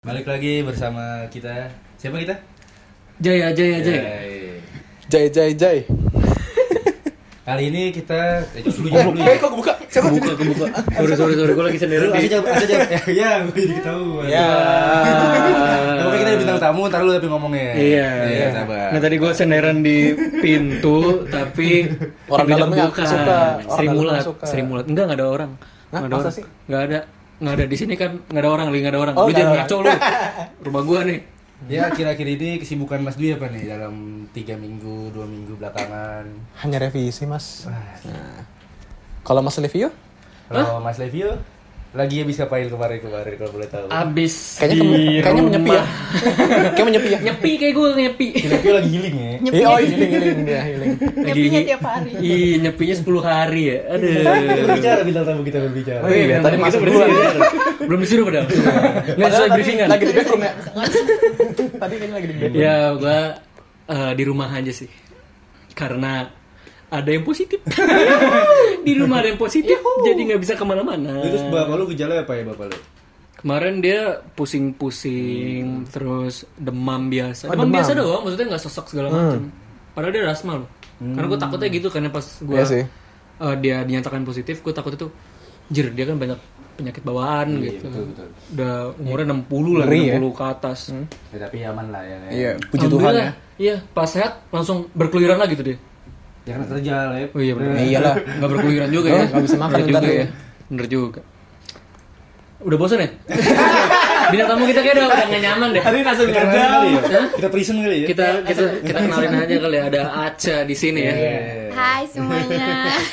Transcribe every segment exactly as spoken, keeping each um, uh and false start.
Balik lagi bersama kita. Siapa kita? Jaya, Jaya, Jaya. Jai Jai Jai. Kali ini kita eh dulu Eh, dulu. eh, kok buka? Siapa Kebuka, kebuka. Sorry, sorry, sorry. Gue lagi sendiri. Aja jawab, aja jawab. Ya, gue jadi ketahuan. Ya. Pokoknya kita ada bintang tamu, ntar lu tapi ngomongnya. Iya, Iya, sabar. Nah tadi gue senderan di pintu, tapi Orang pintunya dalamnya kebuka. suka, orang Sri dalamnya Mulat, suka. Sri Mulat. Enggak, enggak ada orang. Hah, Nggak ada masa orang. sih? Enggak ada. Enggak ada di sini kan, enggak ada orang, lagi enggak ada orang. Oh, Lu nggak jangan ada ngaco lu. Rumah gua nih. Ya, kira-kira ini kesibukan Mas Dwi apa nih dalam tiga minggu, dua minggu belakangan? Hanya revisi, Mas. Wah, Nah. Kalau Mas Levio? kalau Mas Levio lagi habis ngapain kemarin-kemarin kalau boleh tahu? Abis Kayaknya di kemu- kayaknya rumah. menyepi ya. Kayaknya menyepi ya. Nyepi kayak gue nyepi. Levio lagi healing ya. Iya, oh, healing healing dia healing. Nyepinya tiap hari. Iya, nyepinya sepuluh hari ya. Aduh. Kita berbicara bintang tamu kita berbicara. Oh iya, tadi kita masuk berdua. duluan. Belum disuruh padahal. Enggak Padahal sesuai tadi briefingan. Lagi di backroom ya. Tadi kayaknya lagi di backroom. Ya, gua eh, di rumah aja sih. Karena ada yang positif. Di rumah ada yang positif, jadi nggak bisa kemana-mana. Terus bapak lu gejala apa ya bapak lu? Kemarin dia pusing-pusing, terus demam biasa. Oh, demam, demam. biasa doang, maksudnya nggak sesek segala macam. Padahal dia ada asma loh. Karena gue takutnya gitu, karena pas gue Iya sih. dia dinyatakan positif, gue takut itu, jir dia kan banyak penyakit bawaan gitu. betul, betul. Udah umurnya enam puluh lah, Ngeri ya. enam puluh ke atas. Ya, tapi aman lah ya. Iya, puji Tuhan ya. Alhamdulillah, iya, pas sehat langsung berkeliaran lagi tuh dia. Jangan kerja lah ya. Oh iya benar. Eh, iyalah. Nggak berkeliaran juga Oh, ya. nggak bisa makan Bener ntar juga lu. ya. Bener juga. Udah bosan ya? Bintang tamu kita kayak udah udah nggak nyaman deh. Tadi langsung kita kenalin kali ya. Hah? Kita prison kali ya. Kita kita kita kenalin aja kali ya, ada Aca di sini ya. Hai semuanya.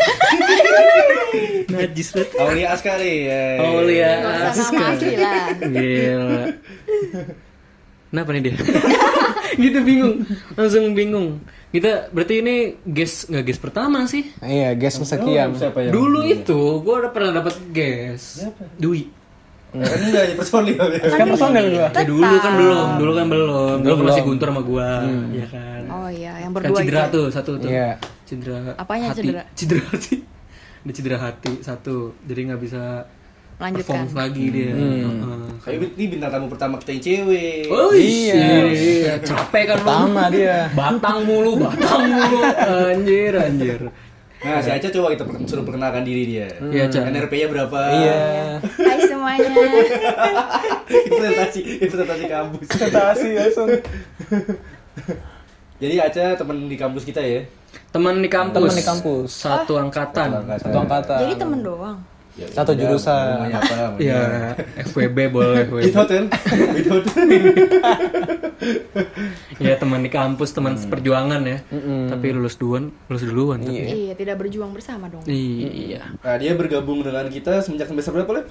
Najis banget. Aulia Askari ya. Aulia Gak usah Aska. nama asli lah. Gila. Kenapa nih dia? Gitu bingung. Langsung bingung. Kita berarti ini guest nggak guest pertama sih. Iya, guys kesekian. Siapa yang Dulu itu gue udah pernah dapat guest. Dwi. Kan enggak ya personil ya. Kan personel gua. Eh, dulu kan belum, dulu kan belum. Dulu kan masih belum. Guntur sama gua, ya kan. Oh iya, yang Kan berdua cedera itu. tuh satu tuh. Iya. Cedera. Apanya hati. cedera? Cedera hati. Ada cedera hati satu. Jadi nggak bisa Lanjutkan. perform lagi dia. Heeh. Kayak ini bintang tamu pertama kita yang cewek. Oh Iya. iya, capek kan lu. Pertama dia. Batang mulu, batang mulu. Anjir, anjir. Nah, si Aca coba kita per- suruh perkenalkan diri dia. Iya, Ca. N R P-nya berapa? Iya. Hai semuanya. Presentasi, presentasi kampus. Presentasi langsung. Jadi Aca teman di kampus kita ya. Teman di kampus. Teman di kampus. Satu angkatan. Satu angkatan. Jadi temen doang. Ya, Satu udah, jurusan. Namanya apa? namanya? Ya, F W B boleh, F W B. Itu hotel. Itu hotel. Ya teman di kampus, teman seperjuangan ya. Tapi lulus duluan, lulus duluan. tapi. Iya. Iya, tidak berjuang bersama dong. Iya. Nah, dia bergabung dengan kita semenjak semester berapa, Lep?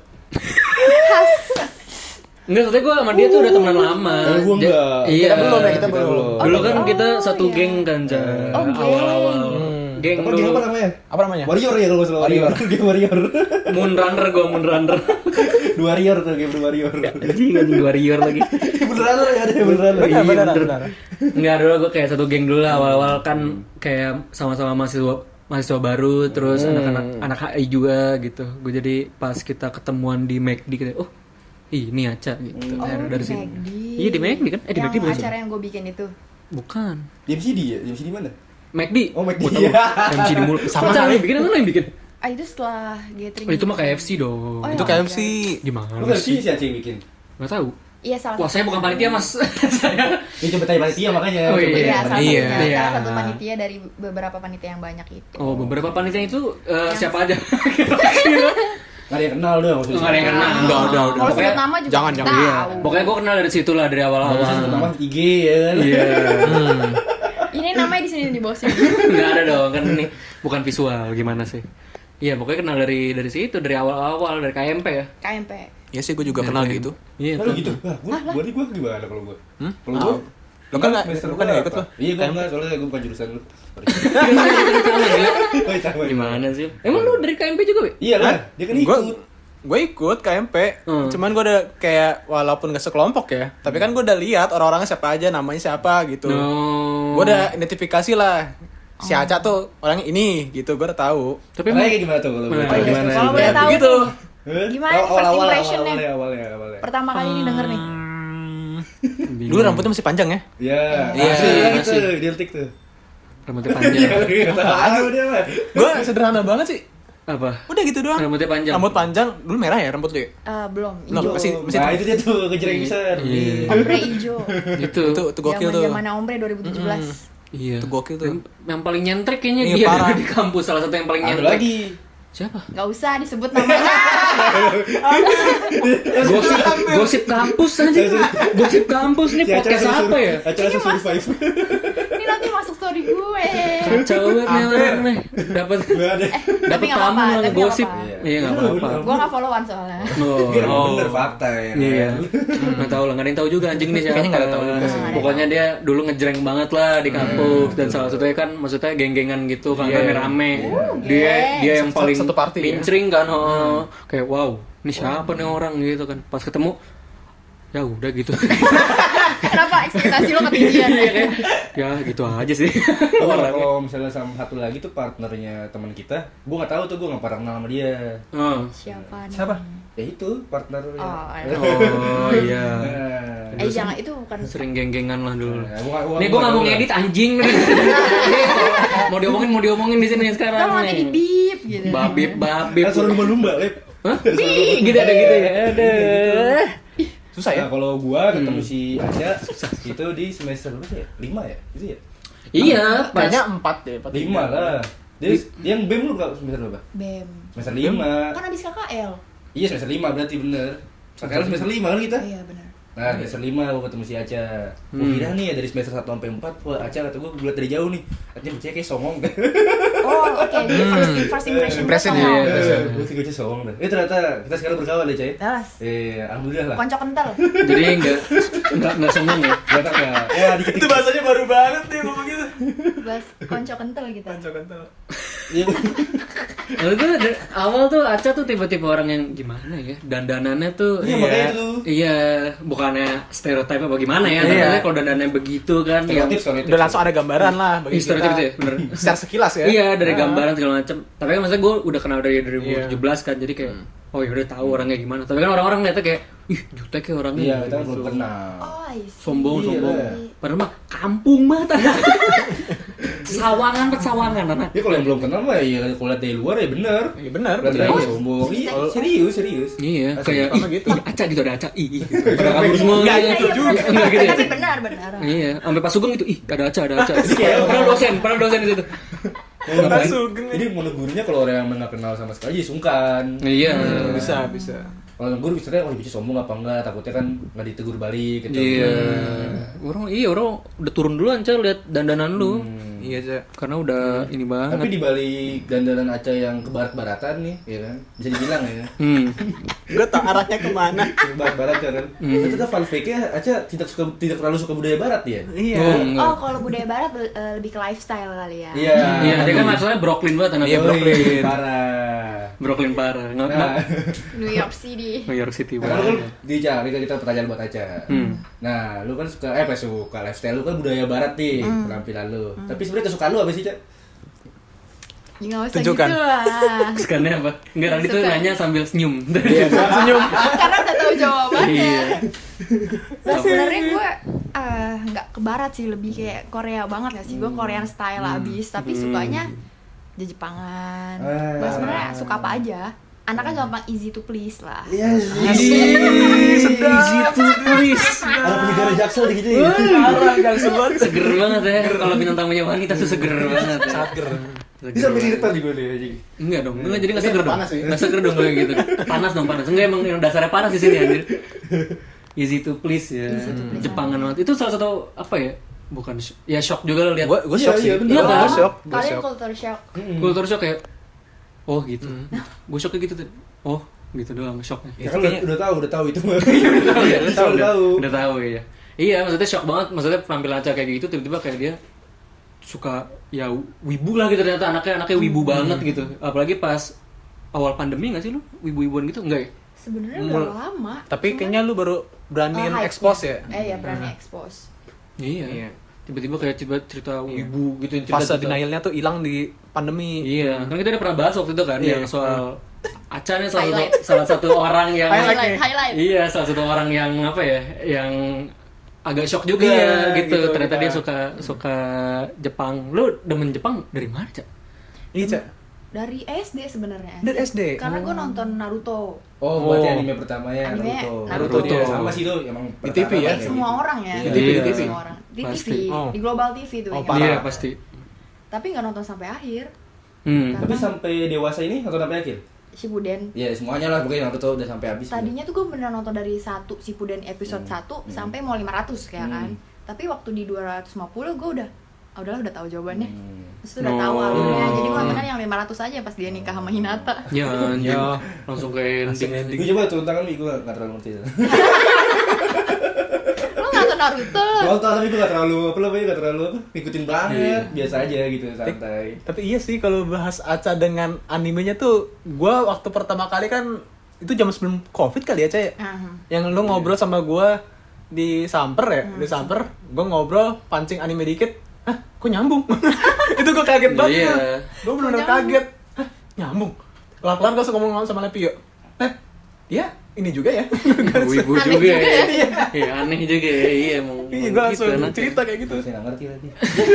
Enggak, soalnya gue sama dia tuh udah temenan lama. Eh, gua Dia- enggak. Iya. Kita belum ya, kita Kita belum. belum. Dulu kan Oh, kita satu iya. geng kan, Ca. Oh, geng. Awal-awal. Geng Apa, dulu. geng apa namanya? Apa namanya? Warrior ya kalau nggak salah Warrior. Game Warrior. Moon Runner gue, Moon Runner. Dua Warrior tuh game Warrior. Anjing, anjing warrior lagi. Beneran ya ada beneran. Benar, Iya, benar, bener. benar. Enggak, dulu gue kayak satu geng dulu lah. Awal-awal kan kayak sama-sama mahasiswa mahasiswa baru, terus anak-anak anak H I juga gitu. Gue jadi pas kita ketemuan di McD kita, oh ini Aca gitu. Oh, Akhirnya dari di situ. McD. Iya di McD kan? Eh di Yang McD bukan sih? acara yang gue bikin itu. Bukan. Di M C D ya? Di M C D mana? McD. Oh, McD. Gua tahu. M C di mulu. Sama Sama yang kali. bikin apa lo yang bikin? Ah itu setelah gathering. Oh, itu mah K F C dong. Oh, Itu iya. K F C. Gimana Lu nggak sih sih? si Aceh yang bikin? Gak tahu. Iya salah. Wah, saya bukan panitia, Mas. Saya. Ini coba tanya panitia makanya. Oh, Coba iya. Iya, tanya salah Iya. satunya. Iya. Salah satu panitia dari beberapa panitia yang banyak itu. Oh, beberapa panitia itu eh, siapa aja? Nggak ada yang kenal doang maksudnya. Nggak ada yang kenal. Udah, udah, udah. Kalau Pokoknya- sebut nama juga jangan, jangan. tahu. Iya. Pokoknya gue kenal dari situ lah, dari awal-awal. Maksudnya sebut nama I G ya kan. Iya. Ini namanya di sini di bawah sini. Nggak ada dong, kan ini bukan visual, gimana sih? Iya, pokoknya kenal dari dari situ, dari awal-awal, dari K M P ya. K M P. Iya sih, gue juga kenal gitu. Iya, Kalau gitu. Nah, gua gua nih gua gimana kalau gua? Hmm? Kalau gua Lo kan nggak, semester lo kan nggak berapa? ikut lo. Iya, gua enggak, soalnya gua bukan jurusan lu. Sorry. sama gila. Oh, iya, sama. Gimana sih? Emang lu dari K M P juga, Wi? Iya lah, dia kan Gue ikut. gue ikut K M P, Hmm. cuman gue udah kayak walaupun gak sekelompok ya, tapi kan gue udah lihat orang-orangnya siapa aja, namanya siapa gitu. No. Gue udah identifikasi lah. Si Aca tuh orangnya ini gitu, gue udah tahu. Tapi Caranya emang kayak gimana tuh kalau Mana, boleh tahu? gimana? Kalau boleh Ya, tahu begitu. nih, Hah? Gimana nih Awal- first awal- impression-nya? awalnya, awalnya, awalnya. pertama kali ini denger nih. Hmm, Dulu rambutnya masih panjang ya? Iya. Iya, Iya, masih. itu diltik tuh. Rambutnya panjang. Apa dia, Pak? Gue sederhana banget sih. Apa? Udah gitu doang. Rambutnya panjang. Rambut panjang, dulu merah ya rambut lu ya? Eh, belum, Belum, hijau. masih- masih- Nah, itu dia tuh kejreng besar. Iya. Ombre hijau. Itu. Itu itu gokil tuh. Zaman ombre dua ribu tujuh belas. Iya. Itu gokil tuh. Yang, yang paling nyentrik kayaknya Iya, dia parah. di kampus, salah satu yang paling Ada nyentrik. lagi. Siapa? Gak usah disebut namanya. Gosip gosip kampus aja. Gosip kampus nih Si Aca podcast langsung- apa ya? Aca langsung survive. Ini nanti masuk story gue. Kacau banget nih Hampir. orang nih. Dapat Nggak ada. Tapi dapat nggak tamu apa-apa, malah tapi nggak gosip. apa-apa. Iya enggak apa-apa. Gue gak followan soalnya. Oh. Iya, oh. bener fakta ya. kan? Iya, nggak tahu lah, nggak ada yang tahu juga anjing nih siapa. Kayaknya nggak ada tahu juga sih. Pokoknya dia dulu ngejreng banget lah di kampus dan salah satunya kan maksudnya geng-gengan gitu kan Iya. rame-rame. gengs. Dia dia yang Satu- paling satu party ya. pincring kan, oh. Kayak wow, ini siapa nih orang gitu kan. Pas ketemu ya udah gitu. Kenapa ekspektasi lo ketinggian? Iya kayak ya gitu aja sih. Kalau Orangnya. kalau misalnya sama satu lagi tuh partnernya teman kita, gua nggak tahu tuh, gua nggak pernah kenal sama dia. Oh. Siapa nih? Siapa? Ya itu partnernya. Oh, Oh iya. Nah, Eh jangan, itu bukan. Sering geng-gengan lah dulu. Nah, gua- gua- Nih gua gue nggak mau tahu lah. ngedit anjing. Mau diomongin mau diomongin di sini sekarang. Kita nanti di nih. beep gitu. Babip babip. Kan suara lumba-lumba, Lep. Hah? Ih, gitu ada gitu ya. Ada. Susah ya? Nah, kalau gua ketemu Hmm. si Aca itu di semester berapa sih ya? lima ya? Itu ya? Iya, pas Kayaknya empat deh. empat, lima tiga. lah. Dia dia yang B E M lu enggak semester berapa? Bem. Semester lima. Kan abis K K L. Iya, semester lima berarti bener. Sekarang semester lima kan kita? Oh iya benar. Nah, semester lima gua ketemu si Aca. Gua Hmm. kira nih ya dari semester satu sampai empat, wah Aca kata gua, gua liat dari jauh nih. Artinya Aca kayak songong. Oh oke. First, first impression. Impression gue ya, sama. impression. Gua sih Aca songong dah. Eh ternyata kita sekarang berkawan deh, Cai. Jelas. Eh, alhamdulillah lah. Konco kental. jadi enggak enggak enggak sombong ya. Ternyata enggak. Ya, dikit Itu bahasanya baru banget nih ngomong gitu. Bas konco kental kita. Kental. Lalu tuh dari awal tuh Aca tuh tipe-tipe orang yang gimana ya? Dandanannya tuh Iya, makanya itu. Iya, bukannya stereotip apa gimana ya, tapi Iya. maksudnya kalau dandanannya begitu kan yang Stereotip, stereotip. Udah langsung ada gambaran lah bagi Ih, stereotip kita. itu ya, bener. Secara sekilas ya. Iya, dari Ah. gambaran segala macam. Tapi kan maksudnya gue udah kenal dari dua ribu tujuh belas kan, jadi kayak Hmm. oh ya udah tahu orangnya gimana. Tapi kan orang-orang lihatnya kayak ih, jutek ya orangnya. Iya, kita kan belum kenal. Oh I see. Sombong, Iya, sombong. lah. Padahal mah kampung banget anak. Sawangan bet sawangan anak. Ya kalau yang belum kenal mah ya kalau lihat dari luar ya bener. Iya benar. Lihat dari benar. luar sombong. Iya, serius, serius. Iya, Asli. kayak sama ih, gitu. ih, Aca gitu ada Aca. Ih, ih, gitu. Pada kabur semua. Enggak Iya, gitu iya. juga. Enggak gitu ya. Tapi benar benar. Iya, sampai pas Sugeng itu ih ada Aca, ada Aca. Iya. Padahal dosen, padahal dosen di situ. Ngapain? Sugeng. Jadi mau negurnya kalau orang yang nggak kenal sama sekali jadi sungkan. Iya. Hmm, bisa, bisa. Kalau negur misalnya, oh bisa sombong apa enggak, takutnya kan nggak ditegur balik gitu. Iya. Orang iya orang udah turun duluan Aca lihat dandanan lu. Hmm. Iya, Cak. Karena udah ini banget. Tapi di balik dandanan Aca yang ke barat-baratan nih, ya kan? Bisa dibilang ya. Hmm. Gue tau arahnya kemana. Ke barat-barat kan. Hmm. Ternyata fun fact-nya Aca tidak suka tidak terlalu suka budaya barat ya. Iya. Oh, enggak. Oh kalau budaya barat eh, lebih ke lifestyle kali ya. Iya. Iya, dia kan masalahnya Brooklyn banget anaknya. Iya, Brooklyn. Parah. Brooklyn parah. Nggak Nah, New York City. New York City Nah, lu kan banget. di Ca, kita, kita pertanyaan buat Aca. Hmm. Nah, lu kan suka eh apa suka lifestyle lu kan budaya barat nih, penampilan lu. Tapi sebenarnya kesukaan lu apa sih, Ca? Ya nggak usah Tunjukkan. gitu lah. Sekarang apa? Enggak, Radit tuh Suka. nanya sambil senyum. Iya, senyum. Karena udah tahu jawabannya. Iya. Nah, sebenarnya gue eh, nggak ke barat sih, lebih kayak Korea banget gak sih? Gue Korean style abis, tapi sukanya di Jepangan. Ah. Gue sebenarnya suka apa aja. Anaknya gampang easy to please lah. Iya Ih, sedap. Easy to please. Ada penyegaran Jaksel gitu ya. Parah kali sebut. Seger banget ya. Kalau bintang tamunya wanita tuh seger banget. Ya. Sangat ger. Seger Bisa banget. militan juga nih anjing. Enggak dong, enggak jadi enggak Ini seger dong. panas sih. Enggak seger dong kayak gitu. Panas dong, panas. Enggak emang yang dasarnya panas di sini anjir. Easy to please ya. Easy to please. Jepangan banget. Itu salah satu apa ya? Bukan sh- ya shock juga lo lihat. Gue gue Iya, shock iya, sih. bener. Iya kan? Gue shock. Gue Kalian shock. culture shock. Kultur shock kayak oh gitu. Gue shocknya gitu tuh. Oh, gitu doang shocknya. Ya kan udah, udah tahu, udah tahu itu mah. Oh, iya, Udah udah tahu, udah tahu. udah tahu iya. Iya, maksudnya shock banget. Maksudnya penampilan Aca kayak gitu tiba-tiba kayak dia suka ya wibu lah gitu ternyata anaknya anaknya wibu banget gitu. Apalagi pas awal pandemi nggak sih lu wibu-wibuan gitu enggak ya? Sebenarnya Mul- udah lama. Tapi kayaknya lu baru beraniin Oh, hype-nya. expose ya. Eh ya berani expose. Iya. Iya. Tiba-tiba kayak tiba cerita wibu gitu cerita, Fase cerita. denialnya tuh hilang di pandemi. Iya, kan kita udah pernah bahas waktu itu kan Iya. yang soal Aca nih salah satu, Highlight. salah satu orang yang Highlight. Highlight, highlight. iya salah satu orang yang apa ya yang agak shock juga Iya, gitu. gitu, Ternyata kita. dia suka suka Jepang. Lu demen Jepang dari mana, Cak? Iya, Cak. Dari S D sebenarnya. Dari S D? Karena gue nonton Naruto. Oh, berarti Oh. anime pertamanya Anime Naruto. Naruto. Naruto. Sama sih tuh emang Di T V pertama ya? kayak Semua gitu. orang ya. Iya. Di T V, Iya. di T V. Semua orang. Di Pasti. T V, Oh. di Global T V tuh Oh, ingat. parah. Iya, pasti. Tapi nggak nonton sampai akhir. Hmm. Tapi sampai dewasa ini atau sampai akhir? Shippuden. Ya semuanya lah pokoknya Naruto udah sampai habis. Tadinya tuh gue bener nonton dari satu Shippuden episode Hmm. satu Hmm. sampai mau lima ratus kayak kan. Hmm. Tapi waktu di dua ratus lima puluh gue udah ah, udahlah udah tahu jawabannya. Hmm. Terus udah Oh. tahu alurnya. Jadi gue nontonnya yang lima ratus aja pas dia nikah sama Hinata. Ya, anjing. Ya. Langsung ke Langsung ending. ending. Gue coba turun tangan, gue gak terlalu ngerti. Lo nonton Naruto? Nonton tapi gue gak terlalu apa namanya gak terlalu apa ngikutin banget, biasa aja gitu santai. Tapi iya sih kalau bahas Aca dengan animenya tuh, gua waktu pertama kali kan itu jam sebelum Covid kali ya, Cak. Aha. Yang lu ngobrol sama gua di Samper ya, di Samper, gua ngobrol pancing anime dikit, hah, kok nyambung? Itu gua kaget banget. Iya. Gua bener-bener Kok nyambung? kaget. Hah, nyambung. Kelar-kelar gua langsung ngomong sama Lepio. Eh, dia ini juga ya? Wibu Aneh juga juga ya. ya. Iya, aneh juga ya. Iya, emang. Iya, gua langsung gitu anaknya. cerita kayak gitu. Saya gak ngerti lagi.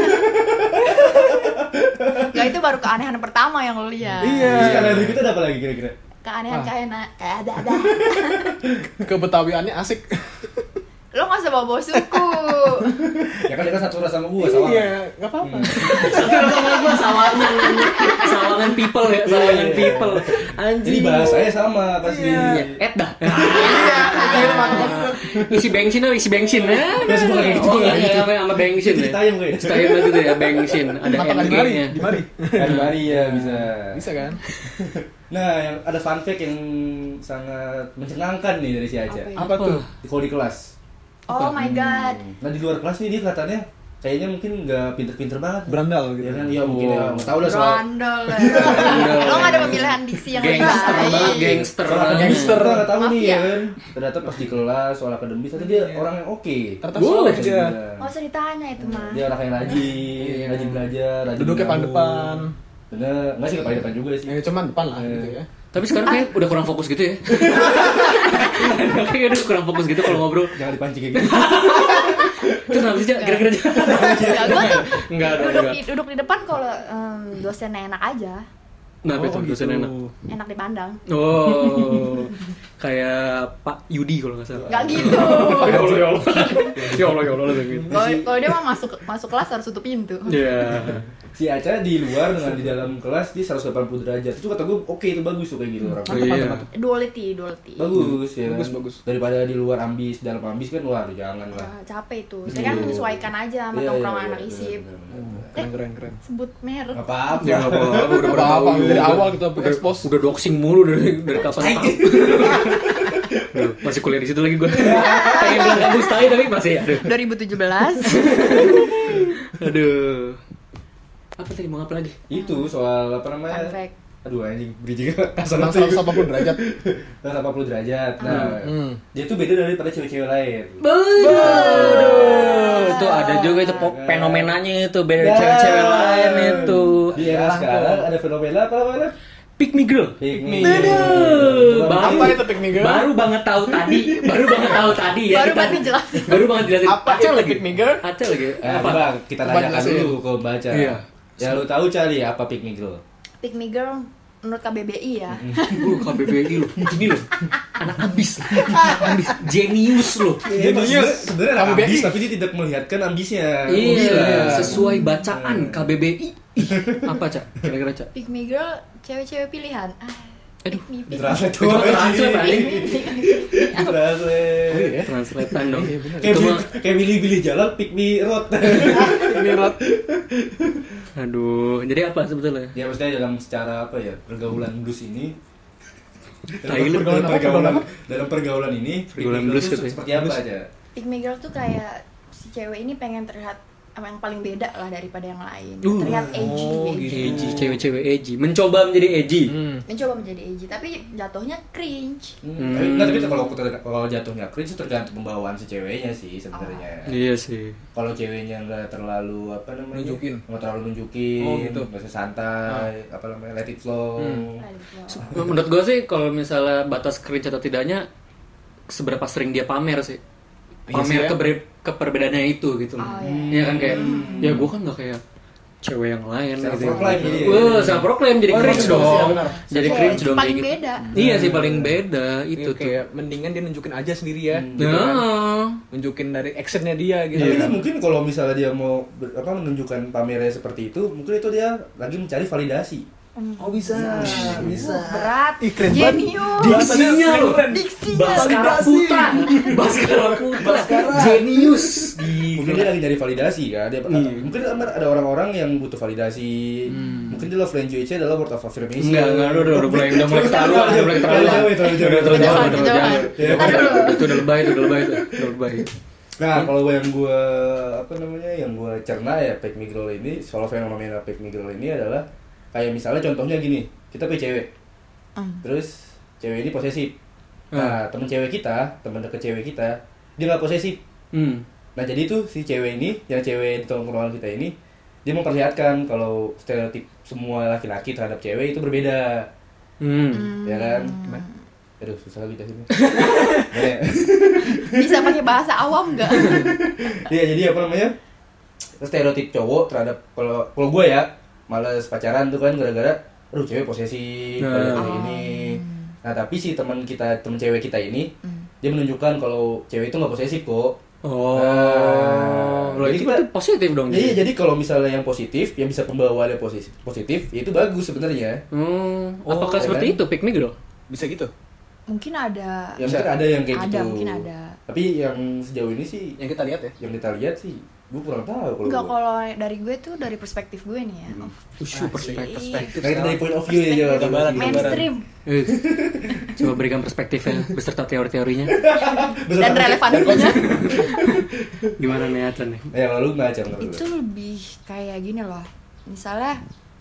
Gak, itu baru keanehan pertama yang lo lihat. Iya. Karena berikutnya ada apa lagi kira-kira? Keanehan Ah. kayak na- kayak ada ada. Kebetawiannya asik. Lo nggak usah bawa bawa suku. Ya kan dia kan satu ras sama gue, sama. Iya, enggak apa-apa. Satu sama gua sawangan. Sawangan people ya, sawangan Iya. people. Jadi Anjing. bahasanya sama pasti. Iya, et dah. Iya, iya, mantap. Isi bensin apa isi bensin ya? Terus bukan kayak gitu, Oh, kayak iya, gitu. sama sama bensin ya. Ceritain gue. Ceritain banget itu ya bensin. Ada Makan di mari, endgame-nya. di mari. Kan mari ya bisa. Bisa kan? Nah, yang ada fun fact yang sangat mencengangkan nih dari si Aja. Apa ya? Apa tuh? Kalau di kelas. Oh my god. Nah di luar kelas nih dia kelihatannya kayaknya mungkin nggak pinter-pinter banget. Berandal gitu. Ya kan, iya mungkin ya. Nggak tahu lah soal Brandel. Lo nggak ada pemilihan diksi yang lebih Gangster banget, baik. gangster soal banget. gangster kita nggak tahu nih Mafia. ya kan. Ternyata pas di kelas soal akademis ternyata dia orang yang oke. Ternyata Boleh soleh dia. Oh, usah ditanya itu mah. Dia orang yang rajin, rajin belajar, rajin Duduknya bergaul. depan. Bener, nggak sih depan depan juga sih. Ya cuman depan lah gitu ya. Tapi sekarang kayak udah kurang fokus gitu ya. Kayaknya udah kurang fokus gitu kalau ngobrol. Jangan dipancing kayak gitu. Terus habis aja kira-kira aja. Ya, gue tuh Enggak ada duduk enggak. di, duduk di depan kalau em, dosennya enak aja, Nah, Oh, itu dosen gitu. enak. enak dipandang. Oh, kayak Pak Yudi kalau nggak salah. Gak gitu. Ya Allah, ya Allah. Ya Allah, ya Allah, gitu. Kalau kalau dia mah masuk masuk kelas harus tutup pintu. Iya. Si Aca di luar dengan di dalam kelas dia seratus delapan puluh derajat. Itu kata gue oke itu bagus tuh kayak gitu orang. Oh, iya. Duality, duality. Bagus ya. Bagus, kan? bagus. Daripada di luar ambis, dalam ambis kan wah jangan lah. Ah, capek itu. Saya kan menyesuaikan aja sama Iya, tongkrongan iya, anak iya, isip. bener, bener, bener. Keren keren keren. Sebut merek. Nggak apa-apa. Ya nggak apa-apa, udah Nggak apa-apa, tahu. dari awal kita udah, expose. udah doxing mulu dari dari kapan tahu. Aduh, masih kuliah di situ lagi gue. Pengen bilang kampus tai tapi masih aduh. dua ribu tujuh belas. Aduh. Apa tadi mau apa lagi? Itu soal apa namanya? Fun fact. Aduh anjing bridging kasar Senang banget. seratus delapan puluh derajat. seratus delapan puluh derajat. Nah, Hmm. dia tuh beda daripada cewek-cewek lain. Aduh. Itu ada juga itu po- fenomenanya itu beda dari Ya. cewek-cewek lain itu. Di era sekarang ada fenomena apa namanya? Pick me girl. Pick me. Aduh, baru, Apa itu pick me girl? baru banget tahu tadi, baru banget tahu tadi ya. Baru kita- banget dijelasin. Baru banget jelasin. Apa Acel itu lagi? pick me girl? Acel lagi. Eh, Apa? coba kita Coba tanyakan jelasin. dulu ke baca. Iya. Ya lu tahu Cali apa pick me girl? Pick me girl menurut K B B I ya. Lu K B B I lu, gini lu, anak ambis, ambis, jenius lu. Dia Genius. sebenarnya anak K B B I. ambis tapi dia tidak melihatkan ambisnya. Iya, sesuai bacaan K B B I. Ih, apa Cak? Kira-kira Cak? Pick me girl cewek-cewek pilihan. Ah, Aduh, pick me, pick me. Translate Itu translate anjing. Translate. Oh iya, translatean dong. Kayak Itu pilih, mah, kayak milih-milih jalan pick me road. Ini rot. aduh, jadi apa sebetulnya? Ya maksudnya dalam secara apa ya pergaulan blues ini Tai lu. dalam apa, pergaulan pergaulan dalam pergaulan ini Pergaulan pick me blues girl tuh gitu ya. seperti apa aja? Pick me girl tuh kayak si cewek ini pengen terlihat apa yang paling beda lah daripada yang lain. Uh, Terlihat edgy, oh, edgy. Edgy, cewek-cewek edgy, mencoba menjadi edgy. Hmm. Mencoba menjadi edgy, tapi jatuhnya cringe. Hmm. Tapi, nggak, tapi kalau kalau jatuhnya cringe itu tergantung pembawaan si ceweknya sih sebenarnya. Iya sih. Kalau ceweknya nggak terlalu apa namanya Nunjukin. nggak terlalu nunjukin, Oh, gitu. nggak usah santai, apa namanya let it flow. Hmm. Menurut gue sih kalau misalnya batas cringe atau tidaknya seberapa sering dia pamer sih. Iya Pamer sih ya. keber- keperbedaannya itu gitu loh. Oh, Iya iya. kan kayak ya gue kan nggak kayak cewek yang lain Self gitu. proclaim jadi. Wah, self proclaim jadi Oh, cringe iya, dong. benar. Jadi Kayak cringe dong paling kayak gitu. beda. Iya sih paling beda itu Itu tuh. kayak mendingan dia nunjukin aja sendiri ya. Gitu Nah, kan. Nunjukin dari actionnya dia gitu. Tapi kan. kan mungkin kalau misalnya dia mau ber- apa menunjukkan pamernya seperti itu, mungkin itu dia lagi mencari validasi. Oh bisa, bisa. Berat. Ih, keren banget. Genius. diksinya loh. Diksinya. Baskara Putra, Baskara Putra, jenius. Mungkin dia lagi nyari validasi kan. Dia, Mungkin ada orang-orang yang butuh validasi. Mungkin dia love language-nya adalah word of affirmation. Enggak, enggak, udah, udah mulai, udah mulai keterlaluan, udah mulai keterlaluan. Terlalu jauh, terlalu jauh, Udah terlalu jauh, Kejauhan, terlalu kejauhan. jauh. Ya, Ntar dulu. Itu udah lebay, itu udah lebay, itu udah lebay. Nah, kalau yang gue apa namanya, yang gue cerna ya pick me girl ini, soal fenomena pick me girl ini adalah kayak misalnya contohnya gini, kita punya cewek, Hmm. terus cewek ini posesif. Nah, temen cewek kita, temen deket cewek kita, dia nggak posesif. Hmm. Nah, jadi tuh si cewek ini, yang cewek di tongkrongan kita ini, dia memperlihatkan kalau stereotip semua laki-laki terhadap cewek itu berbeda, Hmm. ya kan? Aduh, susah lagi sini. Bisa pakai bahasa awam nggak? Iya, jadi apa namanya? Stereotip cowok terhadap kalau kalau gue ya, males pacaran tuh kan gara-gara aduh cewek posesif, Nah. kayak kayak ini. Nah, tapi si teman kita, teman cewek kita ini, dia menunjukkan kalau cewek itu nggak posesif kok. Oh, Nah, loh, jadi itu kita- berarti positif dong. Iya, jadi kalau misalnya yang positif, yang bisa pembawaannya positif, positif, ya itu bagus sebenarnya. Hmm. Apakah ya seperti kan? itu pick me girl? Bisa gitu. Mungkin ada. Ya mungkin ada yang kayak Ada, gitu. mungkin ada. Tapi yang sejauh ini sih, Yang kita lihat ya. yang kita lihat sih, gue kurang tahu kalau. Enggak, gua. kalau dari gue tuh dari perspektif gue nih ya. Ush, perspektif. Perspektif. Nah, kita dari point of view ya, Perspektif Jawa. Gambaran, mainstream Eh, Coba berikan perspektifnya beserta teori-teorinya. dan relevansinya. Gimana nih Acan nih? Ya, lalu ngajar menurut Itu lu. lebih kayak gini loh. Misalnya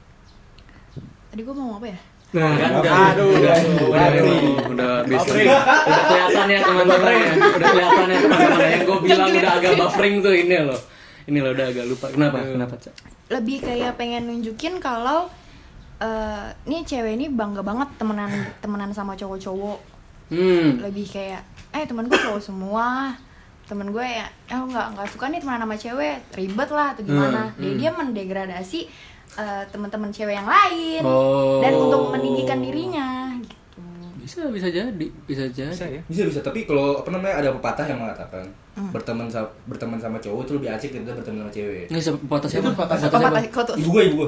tadi gue mau ngomong apa ya? Nah, kan udah, Aduh, udah, aduh, udah, aduh. udah, udah, bisa, Buffering. udah kelihatan ya teman-teman ya, udah kelihatan ya teman-teman yang gue bilang udah agak buffering tuh ini loh, ini loh udah agak lupa. Kenapa? Kenapa Cak? Lebih kayak pengen nunjukin kalau eh nih cewek ini bangga banget temenan temenan sama cowok-cowok. Hmm, Lebih kayak eh temen gue cowok semua, temen gue ya aku nggak nggak suka nih temenan sama cewek, ribet lah atau gimana. Hmm, Jadi hmm. dia mendegradasi eh, teman-teman cewek yang lain Oh. dan untuk meninggikan dirinya gitu. bisa bisa jadi, bisa jadi. Bisa ya. Bisa bisa, tapi kalau apa namanya ada pepatah yang mengatakan Hmm. berteman sama berteman sama cowok itu lebih asik daripada berteman sama cewek. Nggak siapa pepatah siapa? Itu pepatah Pepatah Apa siapa? tadi kau tuh? Ibu gue, ibu gue.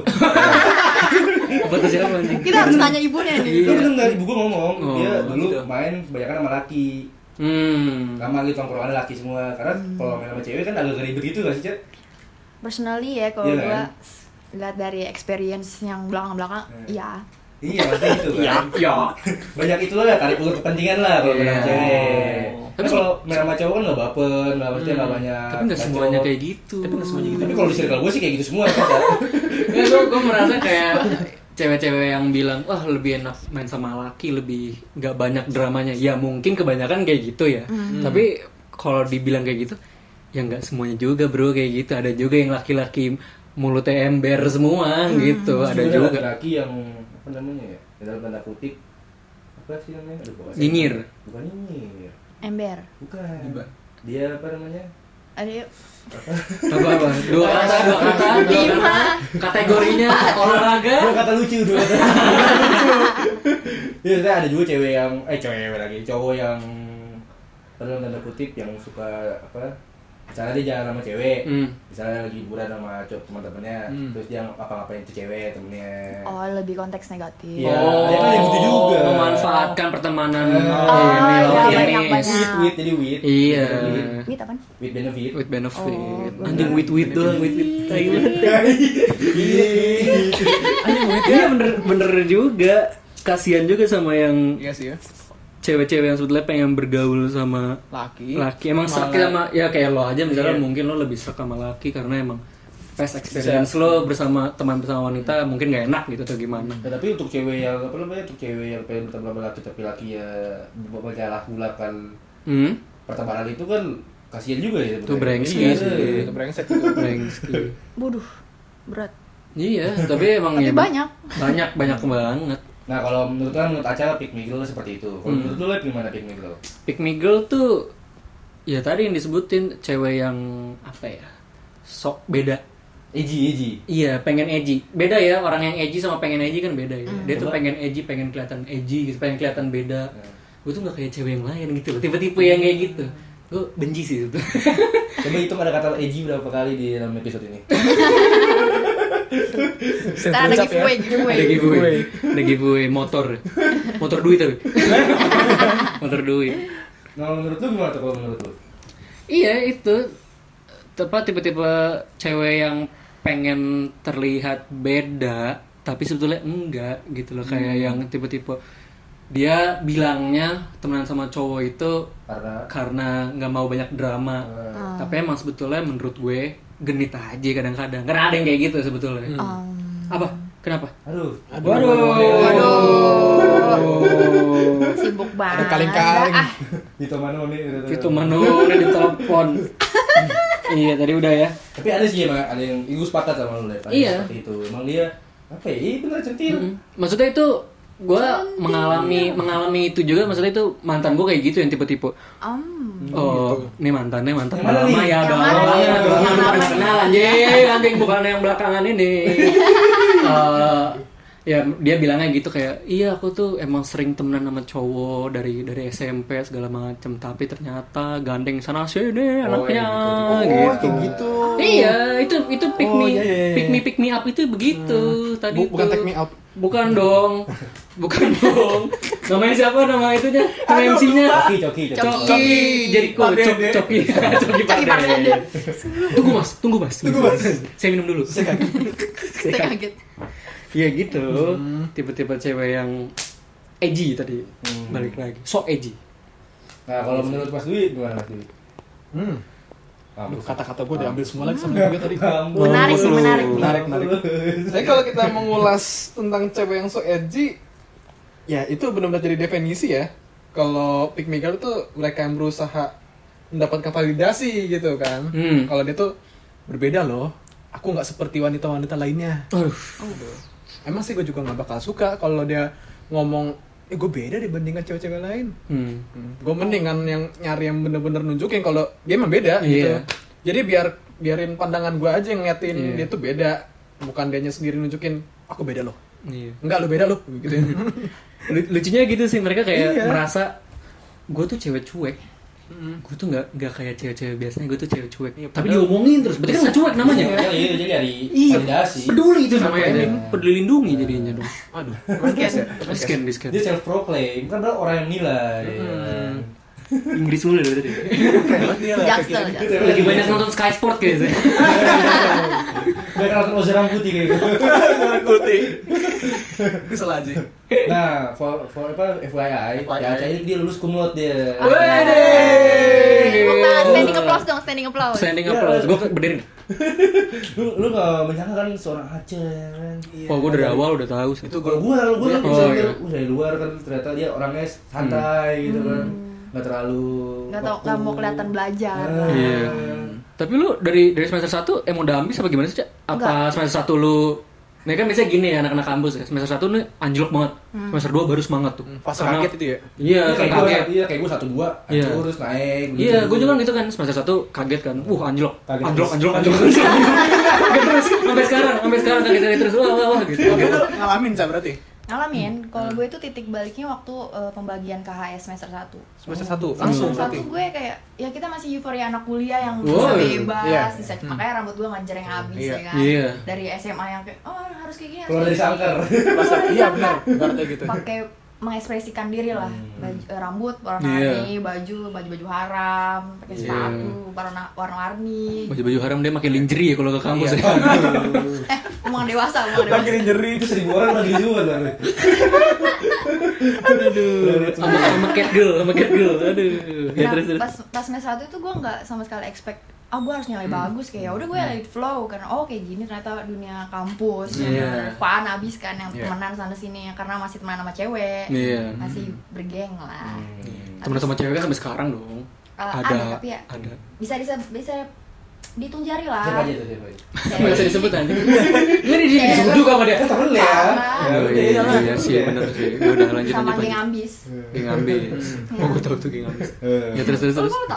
Pepatah siapa anjing? Kita harus tanya ibunya nih. Itu benar, ibu gue ngomong Oh, dia dulu gitu. main kebanyakan sama laki. Hmm. Sama gitu tongkrongannya laki semua. Karena kalau main sama cewek kan agak ribet gitu gak sih, Cak? Personally ya kalau Iya gue kan? lihat dari experience yang belakang-belakang, Hmm. iya. Iya, pasti gitu kan. Ya. Banyak itu lah, tarik ulur kepentingan lah kalau main sama Iya. cewek. Oh. Tapi kalau main sama cowok kan nggak baper, nggak maksudnya nggak Hmm. banyak. Tapi nggak bacot. semuanya kayak gitu. Tapi nggak semuanya gitu. Tapi kalau di circle gue sih kayak gitu semua, Cak. Ya, gue gue merasa kayak cewek-cewek yang bilang wah lebih enak main sama laki, lebih nggak banyak dramanya. Ya mungkin kebanyakan kayak gitu ya. Tapi kalau dibilang kayak gitu, ya nggak semuanya juga bro kayak gitu. Ada juga yang laki-laki mulutnya ember semua gitu. Ada Sebenarnya juga. laki-laki yang apa namanya ya? Dalam tanda kutip apa sih namanya? Aduh, bahasa- Nyinyir. Bukan nyinyir. Ember. Bukan. Gibah. Dia apa namanya? Ada yuk. Apa apa? Dua kata, dua kata, dua kata. Kategorinya olahraga. Dua kata lucu, dua kata lucu. Iya, saya ada juga cewek yang eh cewek lagi, cowok yang dalam tanda kutip yang suka apa? Misalnya dia jalan sama cewek, Hmm. misalnya lagi liburan sama cowok teman-temannya, Hmm. terus dia apa-ngapain tuh cewek temennya. Oh, lebih konteks negatif. Iya, ada kan yang gitu juga. Memanfaatkan pertemanan Oh, ini iya, loh, banyak, ini. banyak. With, with, jadi with. Iya. With, Wait, apaan? with benefit. With benefit. Oh, Anjing with with doang, with with. Tai banget. Iya. Anjing with. Iya bener bener juga. Kasihan juga sama yang Iya sih ya. cewek-cewek yang sebetulnya pengen bergaul sama Laki. laki. Emang serak Malah- sama ya kayak lo aja misalnya Iya. mungkin lo lebih serak sama laki karena emang past experience lo bersama teman bersama wanita mungkin gak enak gitu atau gimana. Nah, tapi untuk cewek yang apa namanya? Untuk cewek yang pengen bertemu sama laki tapi laki ya menyalahgunakan Hmm? pertemanan itu kan kasihan juga ya. Itu sebenarnya. brengsek Iya, sih. iya. Itu brengsek gitu. Brengsek. Bodoh. Berat. Iya, tapi emang Tapi ya, banyak. banyak banyak banget. Nah, kalau menurut kan menurut acara pick me girl seperti itu. Kalau Hmm. menurut lu Lep, gimana pick me girl? Pick me girl tuh Ya tadi yang disebutin cewek yang apa ya? Sok beda. Edgy, edgy. Iya, pengen edgy. Beda ya, orang yang edgy sama pengen edgy kan beda ya. Mm. Dia tuh Coba. pengen edgy, pengen kelihatan edgy gitu, pengen kelihatan beda. Hmm. Gue tuh gak kayak cewek yang lain gitu loh. Tipe-tipe yang kayak gitu. Gue benci sih itu. Coba hitung ada kata edgy berapa kali di dalam episode ini. Kita ada giveaway, giveaway. Ada giveaway. Ada giveaway motor. Motor duit tapi. Motor duit. Nah, menurut lu gimana tuh kalau menurut lu? Iya, itu tepat tipe-tipe cewek yang pengen terlihat beda tapi sebetulnya enggak gitu loh, kayak yang tipe-tipe dia bilangnya temenan sama cowok itu Karena karena nggak mau banyak drama, uh, tapi emang sebetulnya menurut gue genit aja kadang-kadang. Karena ada yang kayak gitu sebetulnya. Um, Apa? Kenapa? aduh, Waduh. Waduh, sibuk banget. Ada kaling-kaling. Ah, Vito Mano nih. Itu Mano udah ditelepon. Iya tadi udah ya. Tapi ada sih emang ada yang gue sepakat sama lu, Lev. Ada Iya. seperti itu. Emang dia apa ya? Iya benar centil. Mm. Maksudnya itu gue mengalami mengalami itu juga. Maksudnya itu mantan gue kayak gitu yang tipe-tipe. um, Oh, ini mantannya mantan Yang mana lama nih? ya, Yang udah mana lama nih? banget, udah lama Yang udah pernah mana kenal nih? anjing, anjing bukan yang belakangan ini. Eh, ya dia bilangnya gitu kayak, iya aku tuh emang sering temenan sama cowok dari dari S M P segala macem, tapi ternyata gandeng sana sini anaknya, Oh, gitu. kayak gitu. Iya, itu itu pick Oh, me, iya, iya, iya. pick me, pick me up itu begitu tadi. Bu- bukan tuh. take me up. Bukan dong, bukan dong. Namanya siapa nama itunya? Nama M C-nya? Coki, coki, coki. Coki. Coki, jadi kok Pak Cok- Dede. Coki, Coki Pak Coki Pak Dede. Dede. Tunggu mas, tunggu mas, Tunggu, Mas. Saya minum dulu. saya kaget. Iya gitu, tipe-tipe cewek yang edgy tadi, Hmm. balik lagi, so edgy. Nah, kalau menurut Mas Dwi gimana Mas Dwi? Hmm. Kamu Aduh, kata-kata gue diambil semua lagi sama gue tadi. Menarik sih, menarik. Menarik, menarik. Tapi kalau kita mengulas tentang cewek yang so edgy, ya itu benar-benar jadi definisi ya. Kalau pick me girl tuh mereka yang berusaha mendapatkan validasi gitu kan. Hmm. Kalau dia tuh berbeda loh. Aku nggak seperti wanita-wanita lainnya. Aduh, Emang sih gue juga nggak bakal suka kalau dia ngomong, eh gue beda dibandingkan cewek-cewek lain. hmm. Gue mendingan yang nyari yang bener-bener nunjukin kalau dia emang beda gitu. Iya. Jadi biar biarin pandangan gue aja yang ngeliatin Iya. dia tuh beda, bukan dianya sendiri nunjukin aku beda loh. Iya. Enggak, lo beda loh gitu ya. Lu- Lucunya gitu sih, mereka kayak Iya. merasa gue tuh cewek cuek. Gue tuh nggak nggak kayak cewek-cewek biasanya, gue tuh cewek cuek. Iya, Tapi padahal- diomongin terus, berarti kan nggak cuek namanya. Iya, iya, jadi hari Iya, validasi. peduli itu namanya, Iya. peduli lindungi jadinya dong. Aduh. Di scan, di scan. Dia self proclaim, kan padahal orang yang nilai. ya kan? Inggris mulu dari tadi. Jaksel, jaksel. Lagi banyak nonton Sky Sport kayaknya. Gak kenal terus orang putih kayak gitu. Putih. Kesel aja. Nah, for, for apa F Y I, F Y I. ya Aca ini dia lulus cum laude dia. Tepuk tangan, standing applause dong, standing applause. Standing applause, gue berdiri. Lu lu gak menyangka kan seorang Aca kan? Oh, gue dari awal udah tahu sih. Itu Kalau gue gua, kalau gua kan Oh, bisa iya. lihat, uh, dari luar kan ternyata dia orangnya santai gitu kan, nggak terlalu. Nggak tau, nggak mau kelihatan belajar. Ah. Iya. Tapi lu dari dari semester satu emang udah ambis apa gimana sih, Cak? Apa Enggak. semester satu lu Nah kan biasanya gini ya anak-anak kampus ya, semester satu nih anjlok banget, semester dua baru semangat tuh. pas Karena- kaget itu ya. Iya, Iya, kayak kaget. gue, iya kayak gue satu dua, Iya. hancur terus naik. Iya, gue juga gitu kan semester satu kaget kan, uh anjlok, Kaget anjlok, terus. anjlok, anjlok, terus, kaget terus, sampai sekarang, sampai sekarang kaget kaget terus, wah wah wah gitu. Oke, lu ngalamin Ca berarti? Ngalamin, kalau gue itu titik baliknya waktu eh, pembagian K H S semester satu. Semester satu Langsung langsung satu berarti. gue kayak, ya kita masih euforia anak kuliah yang Wow. bisa bebas, Iya. bisa makanya rambut gue nganjereng habis Iya. ya kan. Iya. Dari S M A yang kayak, oh harus kayak gini, harus Keluar dari kayak sangkar. gini. Masa iya benar, ibaratnya gitu. Pakai mengekspresikan diri lah, baju, eh, rambut Iya. warna-warni, baju baju-baju haram, pakai Iya. sepatu warna warna-warni. Baju-baju haram dia makin lingerie ya kalau ke kampus Iya. ya. Eh, omongan dewasa, omongan dewasa. Makin nyeri. Itu seribu orang lagi jual kan. Aduh, sama sama cat girl, sama cat girl, aduh. Ya Nah, terus terus. pas pas semester satu itu gue nggak sama sekali expect ah gue harus nilai bagus kayak ya udah gue let it flow karena oh kayak gini ternyata dunia kampus yang Iya. bener-bener fun abis kan yang Iya. temenan sana sini karena masih temenan sama cewek Iya. masih bergeng lah Temen sama cewek kan sampai sekarang dong. Uh, ada, ada, tapi ya ada. bisa bisa bisa dihitung jari lah. Siapa aja tuh siapa aja? Nggak bisa disebut aja. Ini di disebut juga sama dia. Kan temen lu ya. Sama. Ya, Oh, udah, iya, lah. iya sih, bener sih. Ya udah lanjut Sama lanjut. geng lanjut. ambis. Geng ambis. Oh, gue tahu tuh geng ambis. Eh. Ya terus terus Oh, terus. kamu tahu sih?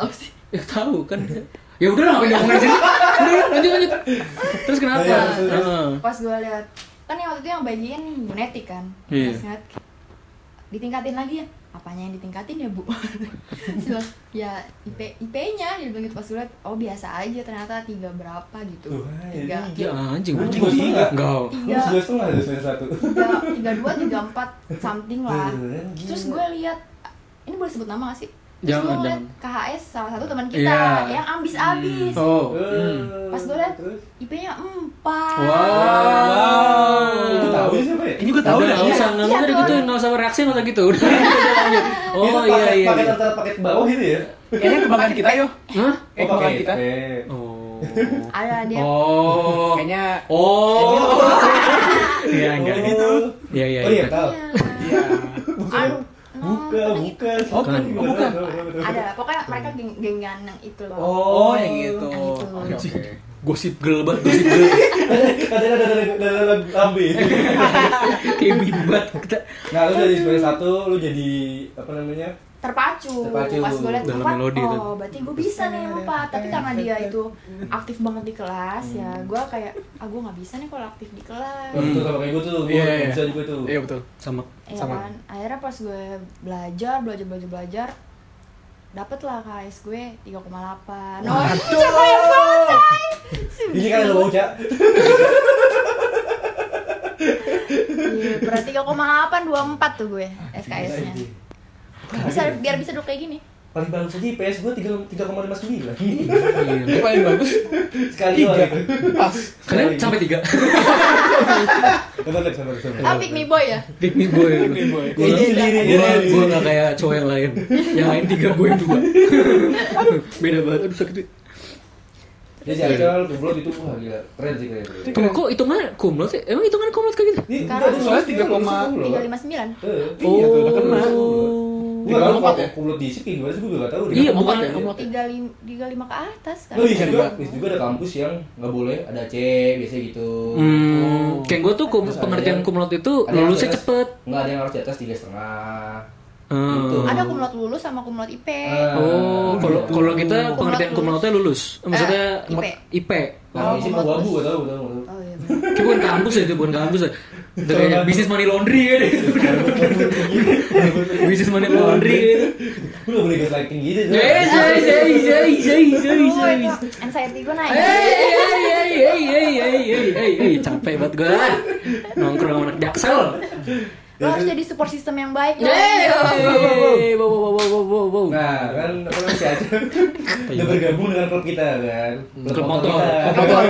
Ya tahu kan. Ya udah lah ngapain ngomongin sini. Udah lanjut lanjut. Terus kenapa? Iya, Heeh. Pas gue lihat kan yang waktu itu yang bagian genetik kan. Iya. Pas ngeliat ditingkatin lagi ya. Apanya yang ditingkatin ya, Bu? Terus bilang, ya I P I P-nya dia bilang gitu. Pas gue liat, oh biasa aja ternyata tiga berapa gitu. Tuh, Tiga Ya anjing, Anjing, gua gua enggak. enggak. tiga Lu setengah ada semester satu. tiga tiga dua tiga empat something lah. Anjing. Terus gue lihat ini boleh sebut nama gak sih? Terus Jangan, gue ngeliat jangan. K H S salah satu teman kita Iya. yang ambis-abis. Oh. Eh, Pas gue liat terus? I P-nya empat. Wow. Itu tahu siapa ya? Ini gue tahu Udah dah. enggak usah Iya, enggak usah iya, gitu, tuh. enggak usah reaksi, enggak usah gitu. Udah udah lanjut. Oh Itu iya paket- iya. Paket iya. antara paket bawah itu ya? Kayaknya kebanggaan kita yo. Hah? Eh, kebanggaan kita. Eh. Oh. Ada dia. Oh. Kayaknya Oh. Iya enggak gitu. Iya iya. Oh iya, tahu. iya. Aduh. Buka, buka. Oh, bukan. Oh, bukan. Ada, pokoknya mereka geng gengan yang itu loh. Oh, yang gitu. Yang itu. Oke, oke. Gosip girl banget, gosip girl. Ada ada ada ada ada lambe. Kayak bibat kita. Nah, lu dari semester satu lu jadi apa namanya? Terpacu. Terpacu. Pas gue liat Dalam empat, melodi itu. oh berarti gue bisa nih yang empat. Tapi karena dia itu aktif banget di kelas, ya gue kayak, ah gue nggak bisa nih kalau aktif di kelas. Oh, betul sama kayak gue tuh, gue Iya, iya. bisa juga tuh. Iya betul. Sama. Ya Sama. kan, akhirnya pas gue belajar, belajar, belajar, belajar, dapet lah K S gue tiga koma delapan. Oh, capaian banget, coy. Ini kan lu mau Cak. Iya, berat tiga koma delapan, dua puluh empat tuh gue S K S-nya. Bisa, biar bisa duduk kayak gini. Paling bagus aja I P S gue tiga koma lima sembilan. Iya. Itu paling bagus. Sekali Tiga. doang. Pas. Kalian sampai tiga. Sabar, sabar, sabar. Ah, pick me boy ya? Pick me boy. Pick me boy. Gua Jadi sendiri gua, aja. gua nggak kayak cowok yang lain. Yang lain tiga, gue yang dua. Beda banget. Aduh sakit. Dia si Acel, kumlot itu wah gila, keren sih kayaknya. Tuh, kok hitungannya kumlot sih? Emang hitungan kumlot kayak gitu? Ini Sekarang enggak, soalnya dia tiga koma tiga lima sembilan. Eh, Iya tuh, udah kena. gue nggak tahu kalau kumlot di sip gimana sih, gue nggak tahu. Iya, Kumlot bukan ya, kumlot. tiga lima tiga lima ke atas kan. Oh iya juga, bis juga ada kampus yang nggak boleh ada C biasanya gitu. Hmm, kayak gue tuh kum, Terus ada pengertian yang- kumlot itu ada yang lulusnya harus- cepet. Nggak ada yang harus di atas tiga setengah. Hmm. Gitu. Ada kumlot lulus sama kumlot I P. Ah. Oh, kalau gitu. kalau kita Kumlot pengertian lulus. kumlotnya lulus. Maksudnya Eh, I P. I P. Nah, Oh, isi kumlot mau abu, lulus. gak tahu, gak tahu, gak tahu. Oh iya benar. Kayak bukan kampus ya itu, bukan kampus ya. Itu kayak bisnis money laundry ya deh. Bisnis money laundry gitu. Gue nggak boleh gaslighting gitu. Eh, say, say, say, say, say, Oh, say. itu anxiety gue naik. Hey, hey, hey, hey, hey, hey, hey, hey, hey, capek banget gue. Nongkrong sama anak Jaksel. Lo harus jadi support system yang baik. Hey, Hey. wow, wow, wow, wow, wow, wow. Nah, kan apa namanya si Acel udah bergabung dengan klub kita kan. Klub motor. kita. Klub motor.